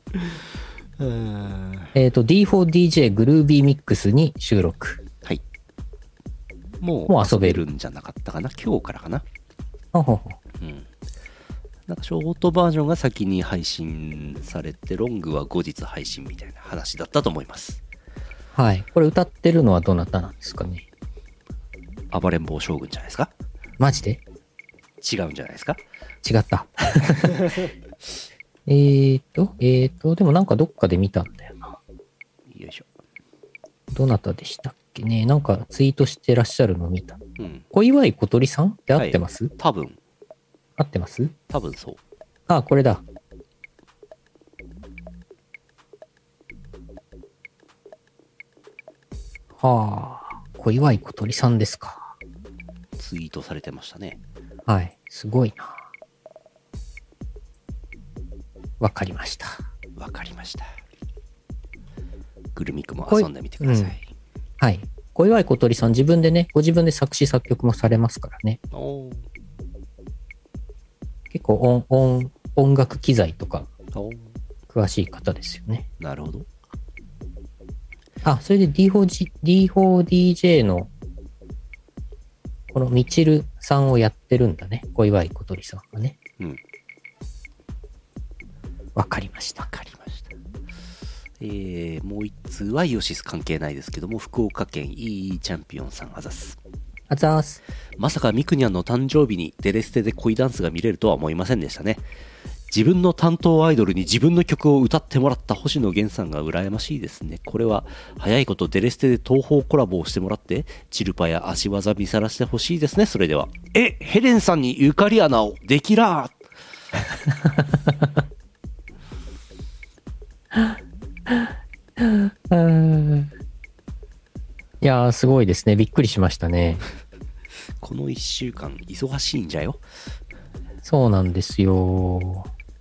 。D4DJ グルービーミックスに収録。 はい。もう遊べるんじゃなかったかな。今日からかな。なんかショートバージョンが先に配信されて、ロングは後日配信みたいな話だったと思います。 はい。これ歌ってるのはどなたなんですかね。 暴れん坊将軍じゃないですか。 マジで？ 違うんじゃないですか。 違った。でもなんかどっかで見たんだよな。 よいしょ。 どなたでしたっけね。なんかツイートしてらっしゃるの見た。小岩井小鳥さんって合ってます？ 多分。 合ってます？ 多分そう。 あ、これだ。 はあ、小岩井小鳥さんですか。 ツイートされてましたね。 はい、すごいな。わかりました。 わかりました。グルミクも遊んでみてください。 はい。小岩井小鳥さん自分でね、ご自分で作詞作曲もされますからね。 おー結構音楽機材とかおー、 詳しい方ですよね。 なるほど。 あ、それで D4DJ のこのみちるさんをやってるんだね。小岩井小鳥さんがね。 うん。 わかりました。 わかりました。もう一通はイオシス関係ないですけども、福岡県 EE チャンピオンさんあざす。 あざーす。 まさかミクニャンの誕生日にデレステで恋ダンスが見れるとは思いませんでしたね。自分の担当アイドルに自分の曲を歌ってもらった星野源さんが羨ましいですね。これは早いことデレステで東宝コラボをしてもらってチルパや足技見さらしてほしいですね。それではヘレンさんにゆかり穴をできらいやー、すごいですね。びっくりしましたね。 この1週間忙しいんじゃよ。 そうなんですよ。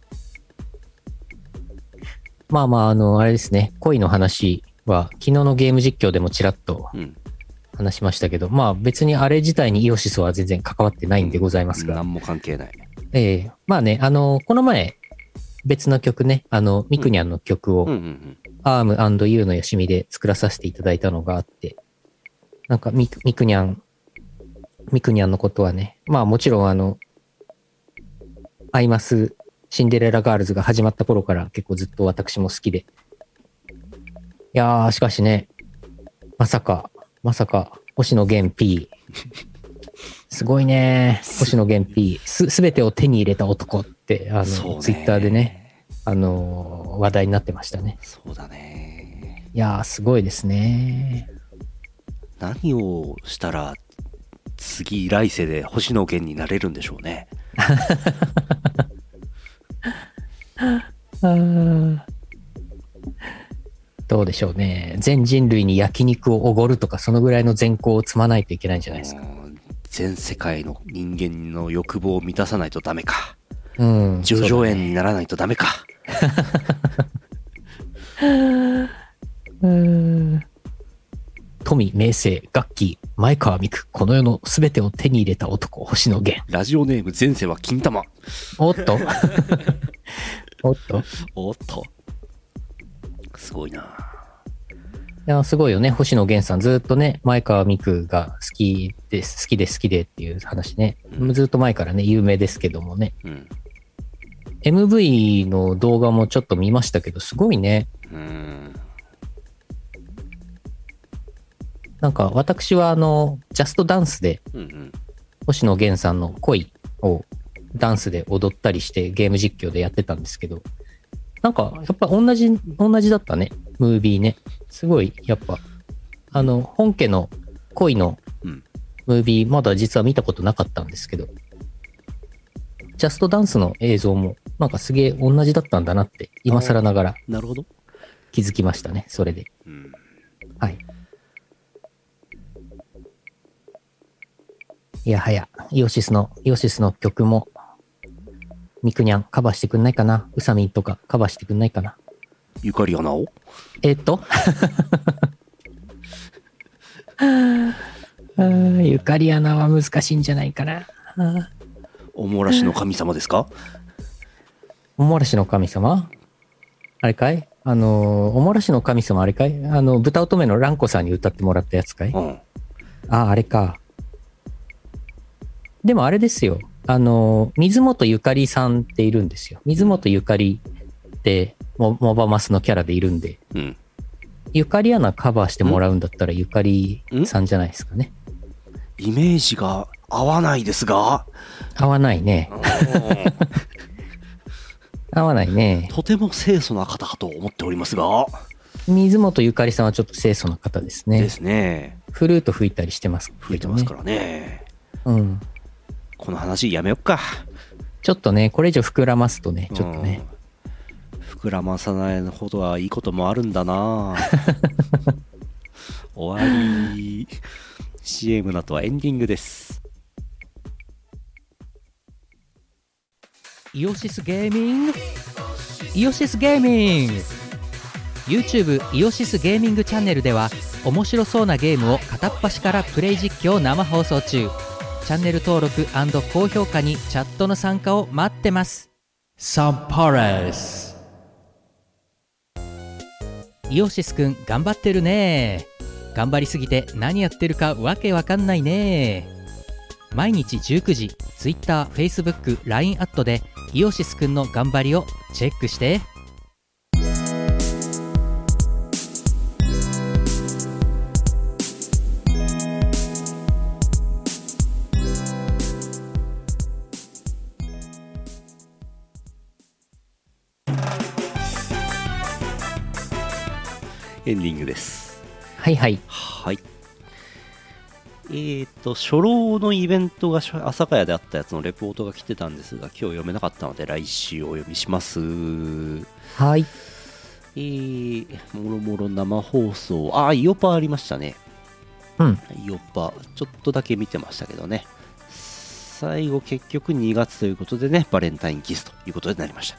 まあまあ、あれですね。恋の話は昨日のゲーム実況でもちらっと話しましたけど、まあ別にあれ自体にイオシスは全然関わってないんでございますが。 何も関係ない。 まあね、この前別の曲ね、ミクニャンの曲を、アーム&ユーのよしみで作らさせていただいたのがあって、なんかミクニャンのことはね、まあもちろんアイマスシンデレラガールズが始まった頃から結構ずっと私も好きで。いやー、しかしね、まさか、星野源 P。すごいね、星野源 P。すべてを手に入れた男って、ツイッターでね、話題になってましたね。 そうだね。 いやー、すごいですね。 何をしたら次来世で星野源になれるんでしょうね。 どうでしょうね。全人類に焼肉をおごるとかそのぐらいの善行を積まないといけないんじゃないですか。 全世界の人間の欲望を満たさないとダメか。 うん。 叙々苑にならないとダメか。 富、名声、楽器、前川美久、この世のすべてを手に入れた男、星野源。 ラジオネーム前世は金玉。 おっとおっとすごいな。 いや、すごいよね。星野源さんずっとね、前川美久が好きでっていう話ね。ずっと前からね、有名ですけどもね。MV の動画もちょっと見ましたけど、すごいね。なんか私はジャストダンスで、星野源さんの恋をダンスで踊ったりしてゲーム実況でやってたんですけど、なんかやっぱ同じだったね、ムービーね。すごい、やっぱ、本家の恋のムービーまだ実は見たことなかったんですけど、ジャストダンスの映像もなんかすげえ同じだったんだなって今更ながら気づきましたね、それで。はい。いやはや、イオシスの曲も、ミクニャンカバーしてくんないかな、ウサミンとかカバーしてくんないかな。 ゆかり穴をゆかり穴は難しいんじゃないかな。 おもらしの神様ですか？ おもらしの神様あれかい？おもらしの神様あれかい？豚乙女の蘭子さんに歌ってもらったやつかい？あれか。でもあれですよ。水本ゆかりさんっているんですよ。水本ゆかりってモバマスのキャラでいるんで、ゆかりアナカバーしてもらうんだったらゆかりさんじゃないですかね。 イメージが合わないですが。 合わないね。合わないね。 とても清楚な方かと思っておりますが。 水本ゆかりさんはちょっと清楚な方ですね。 ですね。 フルート吹いたりしてますけどね。 吹いてますからね。この話やめよっか。 ちょっとね、これ以上膨らますとね、ちょっとね。 膨らまさないほどはいいこともあるんだな。 終わり。CM の後はエンディングです。 イオシスゲーミング、イオシスゲーミング。 YouTube イオシスゲーミングチャンネルでは面白そうなゲームを片っ端からプレイ実況生放送中。チャンネル登録&高評価にチャットの参加を待ってます。サンパレス。イオシスくん頑張ってるね。頑張りすぎて何やってるかわけわかんないね。毎日19時 Twitter、Facebook、LINE アットでイオシスくんの頑張りをチェックして。 エンディングです。 はいはい。 はい。初老のイベントが朝霞屋であったやつのレポートが来てたんですが、今日読めなかったので来週お読みします。 はい。 もろもろ生放送、イオパありましたね。 うん。 イオパ、ちょっとだけ見てましたけどね。最後結局2月ということでね、バレンタインキスということになりました。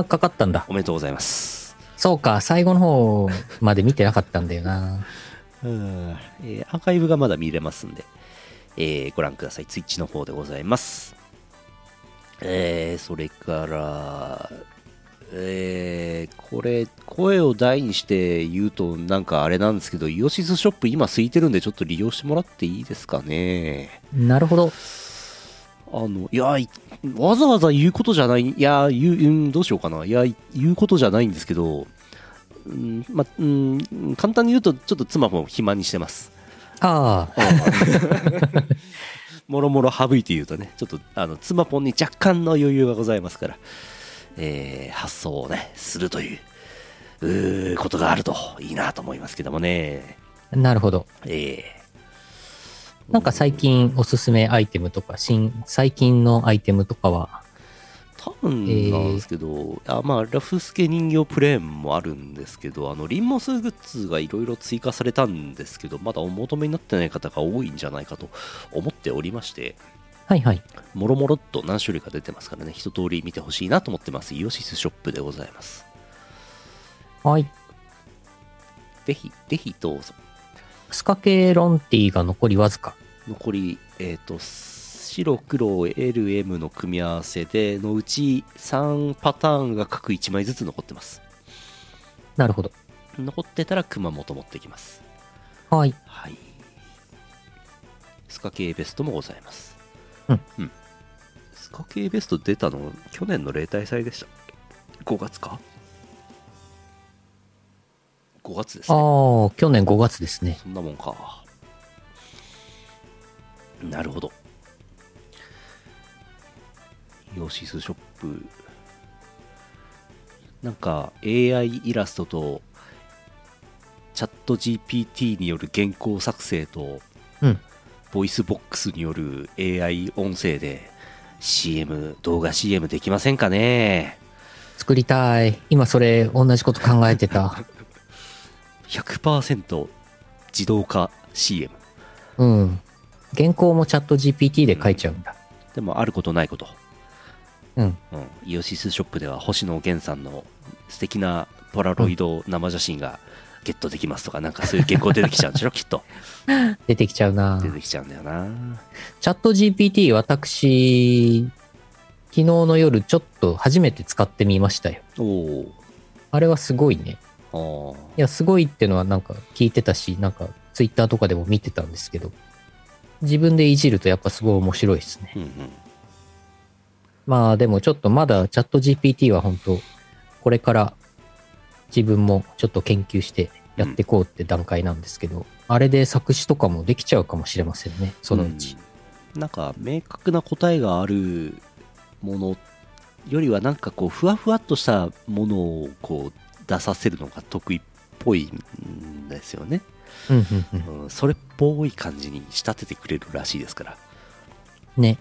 かかったんだ。 おめでとうございます。 そうか、最後の方まで見てなかったんだよな。 アーカイブがまだ見れますんで、ご覧ください。ツイッチの方でございます。それから、これ、声を大にして言うと、なんかあれなんですけど、イオシスショップ今空いてるんで、ちょっと利用してもらっていいですかね。 なるほど。 いや、わざわざ言うことじゃない、どうしようかな。言うことじゃないんですけど、簡単に言うと、ちょっと妻も暇にしてます。もろもろ省いて言うとね、ちょっと妻ポンに若干の余裕がございますから、発送をね、するということがあるといいなと思いますけどもね。 なるほど。なんか最近おすすめアイテムとか、最近のアイテムとかは多分なんですけど、ラフスケ人形プレーンもあるんですけど、リンモスグッズがいろいろ追加されたんですけど、まだお求めになってない方が多いんじゃないかと思っておりまして、 はいはい。 もろもろっと何種類か出てますからね、一通り見てほしいなと思ってます。イオシスショップでございます。 はい。 ぜひどうぞ。 スカケロンティが残りわずか。 残り、白黒 LM の組み合わせでのうち3パターンが各1枚ずつ残ってます。 なるほど。 残ってたら熊本持ってきます。 はい。 はい。スカ系ベストもございます。 うん。 スカ系ベスト出たの去年の例大祭でした。5月か ?5 月ですね。 去年5月ですね。 そんなもんか。なるほど。イオシスショップ、なんか AI イラストとチャット GPT による原稿作成と、ボイスボックスによる AI 音声で 動画 CM できませんかね。 作りたい。今それ同じこと考えてた。 100% 自動化 CM。 原稿もチャット GPT で書いちゃうんだ。 でもあることないこと。イオシスショップでは星野源さんの素敵なポラロイド生写真がゲットできますとか、なんかそういう原稿出てきちゃうんでしょきっと。 出てきちゃうな。 出てきちゃうんだよな。 チャット GPT 私昨日の夜ちょっと初めて使ってみましたよ。あれはすごいね。いやすごいってのはなんか聞いてたし、なんかツイッターとかでも見てたんですけど、自分でいじるとやっぱすごい面白いですね。まあでもちょっとまだチャット GPT は本当これから自分もちょっと研究してやっていこうって段階なんですけど、あれで作詞とかもできちゃうかもしれませんね、そのうち。 なんか明確な答えがあるものよりは、なんかこうふわふわっとしたものをこう出させるのが得意っぽいんですよね。それっぽい感じに仕立ててくれるらしいですからね。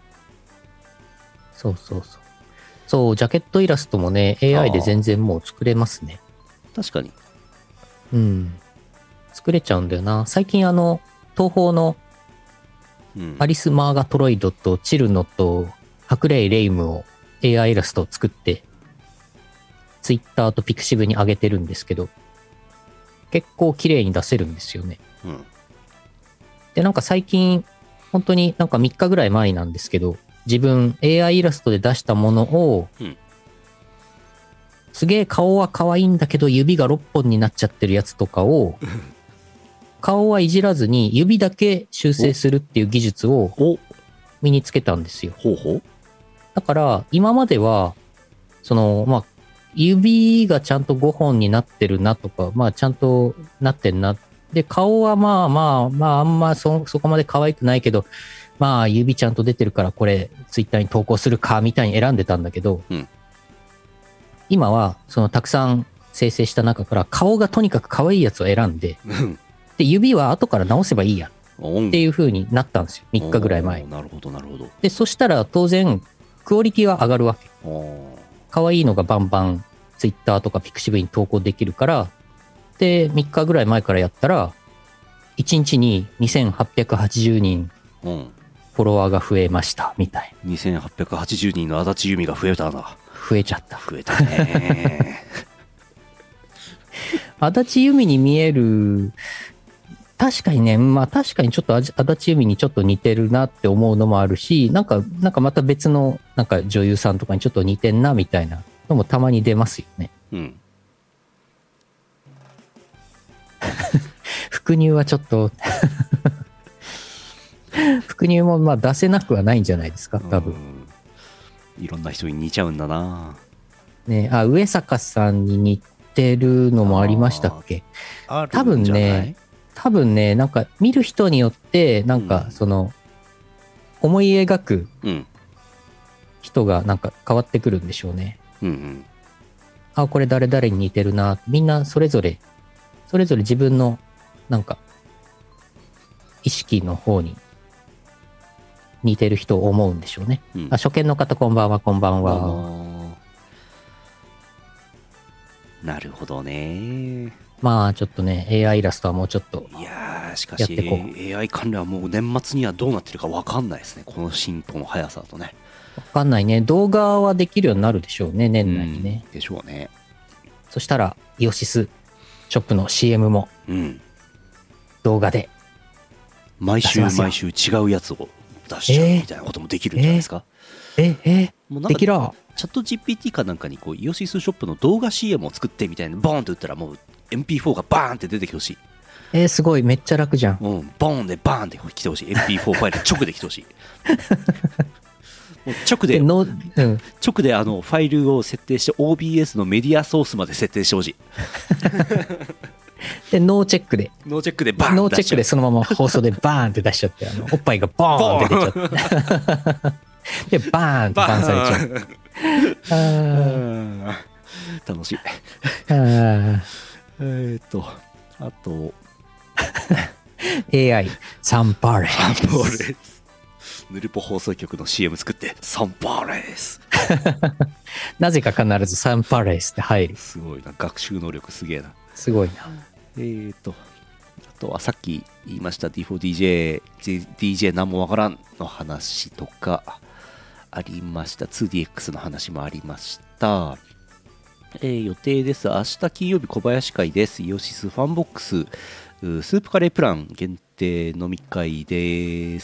そうジャケットイラストもね AI で全然もう作れますね。 確かに。 作れちゃうんだよな。最近東宝のうんアリス・マーガトロイドとチルノと白霊レイムを AI イラストを作って、ツイッターとピクシブに上げてるんですけど、結構綺麗に出せるんですよね。 うんで、なんか最近、本当になんか3日ぐらい前なんですけど、自分 AI イラストで出したものを、 うんすげえ顔は可愛いんだけど指が6本になっちゃってるやつとかを、顔はいじらずに指だけ修正するっていう技術をお身につけたんですよ。 ほうほうだから今までは、まあ、指がちゃんと5本になってるなとか、まあちゃんとなってんな。で、顔はまああんまそこまで可愛くないけど、まあ指ちゃんと出てるからこれツイッターに投稿するかみたいに選んでたんだけど、 うん今はたくさん生成した中から顔がとにかく可愛いやつを選んで、で、指は後から直せばいいやっていう風になったんですよ。3日ぐらい前。 なるほどなるほど。 で、そしたら当然クオリティは上がるわけ。可愛いのがバンバンツイッターとかピクシブに投稿できるから、で、3日ぐらい前からやったら、1日に2880人うんフォロワーが増えましたみたい。 2880人の足立由美が増えたな。 増えちゃった。 増えたね。 足立由美に見える、確かにね、まあ確かにちょっと足立由美にちょっと似てるなって思うのもあるし、なんかまた別のなんか女優さんとかにちょっと似てんなみたいなのもたまに出ますよね。 うん副乳はちょっと副乳もまあ出せなくはないんじゃないですか、多分。 いろんな人に似ちゃうんだな。 ね、上坂さんに似てるのもありましたっけ？ あ多分ね、なんか見る人によって、なんか思い描くうん人がなんか変わってくるんでしょうね。 うんうんあ、これ誰々に似てるな。みんなそれぞれ自分のなんか意識の方に似てる人を思うんでしょうね。 うん初見の方こんばんは、こんばんは。 なるほどね。 まあちょっとね、AI イラストはもうちょっといやーしかやってこし AI 関連はもう年末にはどうなってるか分かんないですね。この進歩の速さだとね。 わかんないね。動画はできるようになるでしょうね、年内にね。 でしょうね。 そしたら、イオシスショップの CM もうん動画で。 毎週出せますよ毎週違うやつを出しちゃうみたいなこともできるんじゃないですか。もうなんかできろ。 チャット GPT かなんかにこうイオシスショップの動画 CM を作ってみたいなボーンと打ったらもう MP4 がバーンって出てきてほしい。 すごい、めっちゃ楽じゃん。 ボーンでバーンって来てほしい。 MP4 ファイル直で来てほしい。もう直で直でファイルを設定して OBS のメディアソースまで設定してほしい。 で、ノーチェックで。 ノーチェックでバーンノーチェックでそのまま放送でバーンって出しちゃって、おっぱいがボーンって出ちゃって。で、バーンってバンされちゃう。 楽しい。あと AI サンパレサンパレスヌルポ放送局の CM 作ってサンパレスなぜか必ずサンパレスって入る。 すごいな、学習能力すげえな。 すごいな。 あとはさっき言いました D4DJ 何もわからんの話とかありました。 2DX の話もありました。予定です。明日金曜日小林会です。イオシスファンボックススープカレープラン限定飲み会です。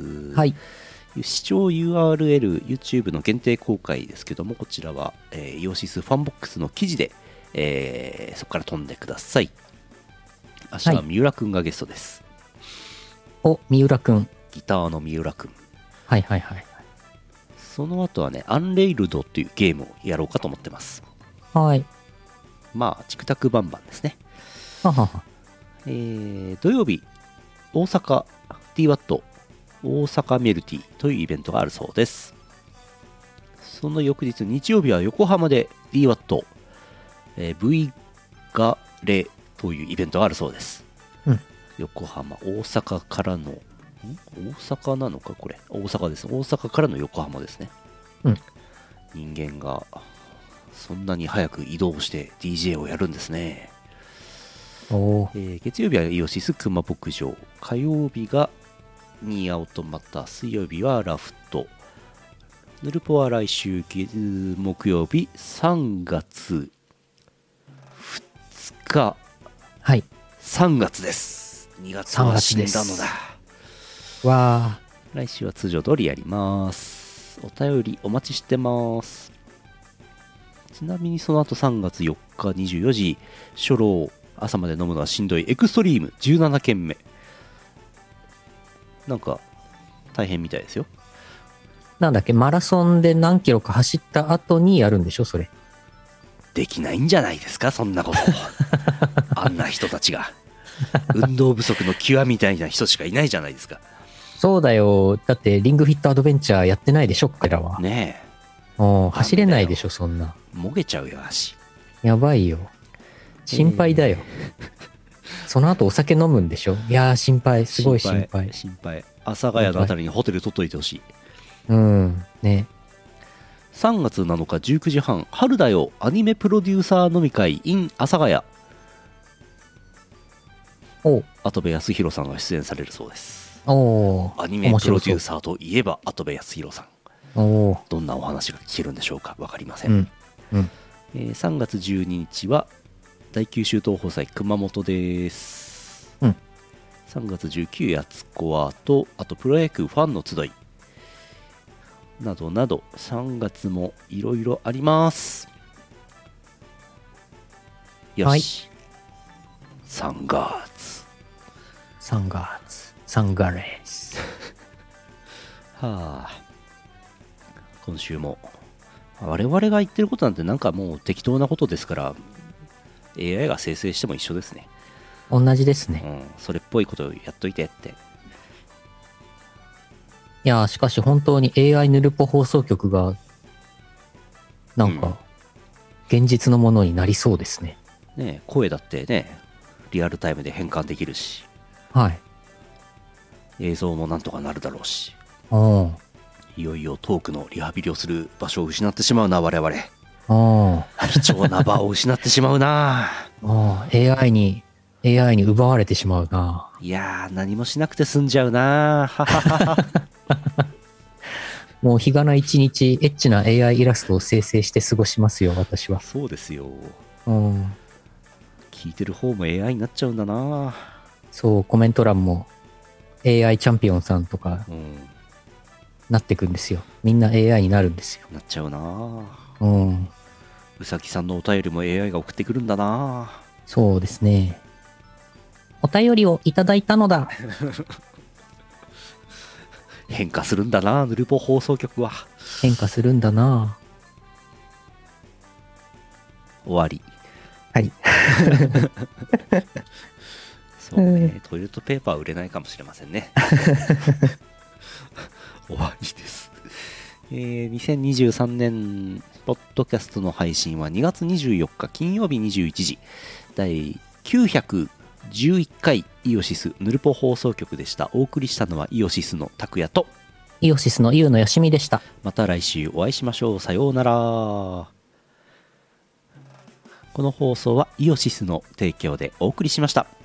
はい。 視聴 URL YouTube の限定公開ですけども、こちらは、イオシスファンボックスの記事で、そこから飛んでください。明日は三浦くんがゲストです。 お、三浦くん。 ギターの三浦くん。 はいはいはい。 その後はね、アンレイルドっていうゲームをやろうかと思ってます。 はい。 まあ、チクタクバンバンですね。 ははは。 土曜日、大阪 DWAT 大阪メルティというイベントがあるそうです。その翌日、日曜日は横浜で DWAT、V ガレというイベントがあるそうです。 うん、 横浜、大阪からの、大阪なのかこれ。大阪です。大阪からの横浜ですね。 うん、 人間がそんなに早く移動して DJ をやるんですね。 おー。 月曜日はイオシス熊牧場、火曜日がニーアオートマタ、水曜日はラフト、ヌルポは来週木曜日3月2日、 はい。 3月です。2月は死んだのだ。 わ来週は通常通りやります。お便りお待ちしてます。ちなみにその後3月4日24時初老、朝まで飲むのはしんどいエクストリーム17件目、なんか大変みたいですよ。 なんだっけ、マラソンで何キロか走った後にやるんでしょ、それ。 できないんじゃないですか、そんなことあんな人たちが。運動不足の極みたいな人しかいないじゃないですか。 そうだよ。だって、リングフィットアドベンチャーやってないでしょ、彼らは。 ね走れないでしょ、そんな。 え、もげちゃうよ足。 やばいよ。心配だよ。その後お酒飲むんでしょ。いやー、心配。すごい心配。 心配。阿佐ヶ谷のあたりにホテル取っといてほしい。 うんね。 3月7日19時半、春だよアニメプロデューサー飲み会 in 阿佐ヶ谷。 お跡部康弘さんが出演されるそうです。 おアニメプロデューサーといえば跡部康弘さん。 おどんなお話が聞けるんでしょうか、分かりません。 うんうん 3月12日は第九州東宝祭熊本です。 うん 3月19やつこわと、あとプロ野球ファンの集いなどなど、3月もいろいろあります。よし、 はい、 3月 3月3月レースはあ、今週も我々が言ってることなんてなんかもう適当なことですから、 AI が生成しても一緒ですね。 同じですね。 それっぽいことをやっといてって。 いやー、しかし本当に AI ヌルポ放送局がなんか現実のものになりそうですね。 ねえ、声だってね、リアルタイムで変換できるし、 はい。 映像もなんとかなるだろうし、 おいよいよトークのリハビリをする場所を失ってしまうな、我々。 お貴重な場を失ってしまうな。 AI に奪われてしまうな。 いやー、何もしなくて済んじゃうな。はははは。 もう日がな一日エッチな AI イラストを生成して過ごしますよ、私は。 そうですよ。 うん聞いてる方も AI になっちゃうんだな。 そう、コメント欄も AI チャンピオンさんとかうん、 なってくんですよ。みんな AI になるんですよ。 なっちゃうな。 うんうさぎさんのお便りも AI が送ってくるんだな。 そうですね。お便りをいただいたのだ。 変化するんだな、ヌルポ放送局は。 変化するんだな。 終わり。 はい。 そうね、トイレットペーパーは売れないかもしれませんね。終わりです。2023年ポッドキャストの配信は2月24日金曜日21時、第911回イオシスヌルポ放送局でした。お送りしたのはイオシスの拓也とイオシスのユウのよしみでした。 また来週お会いしましょう。さようなら。この放送はイオシスの提供でお送りしました。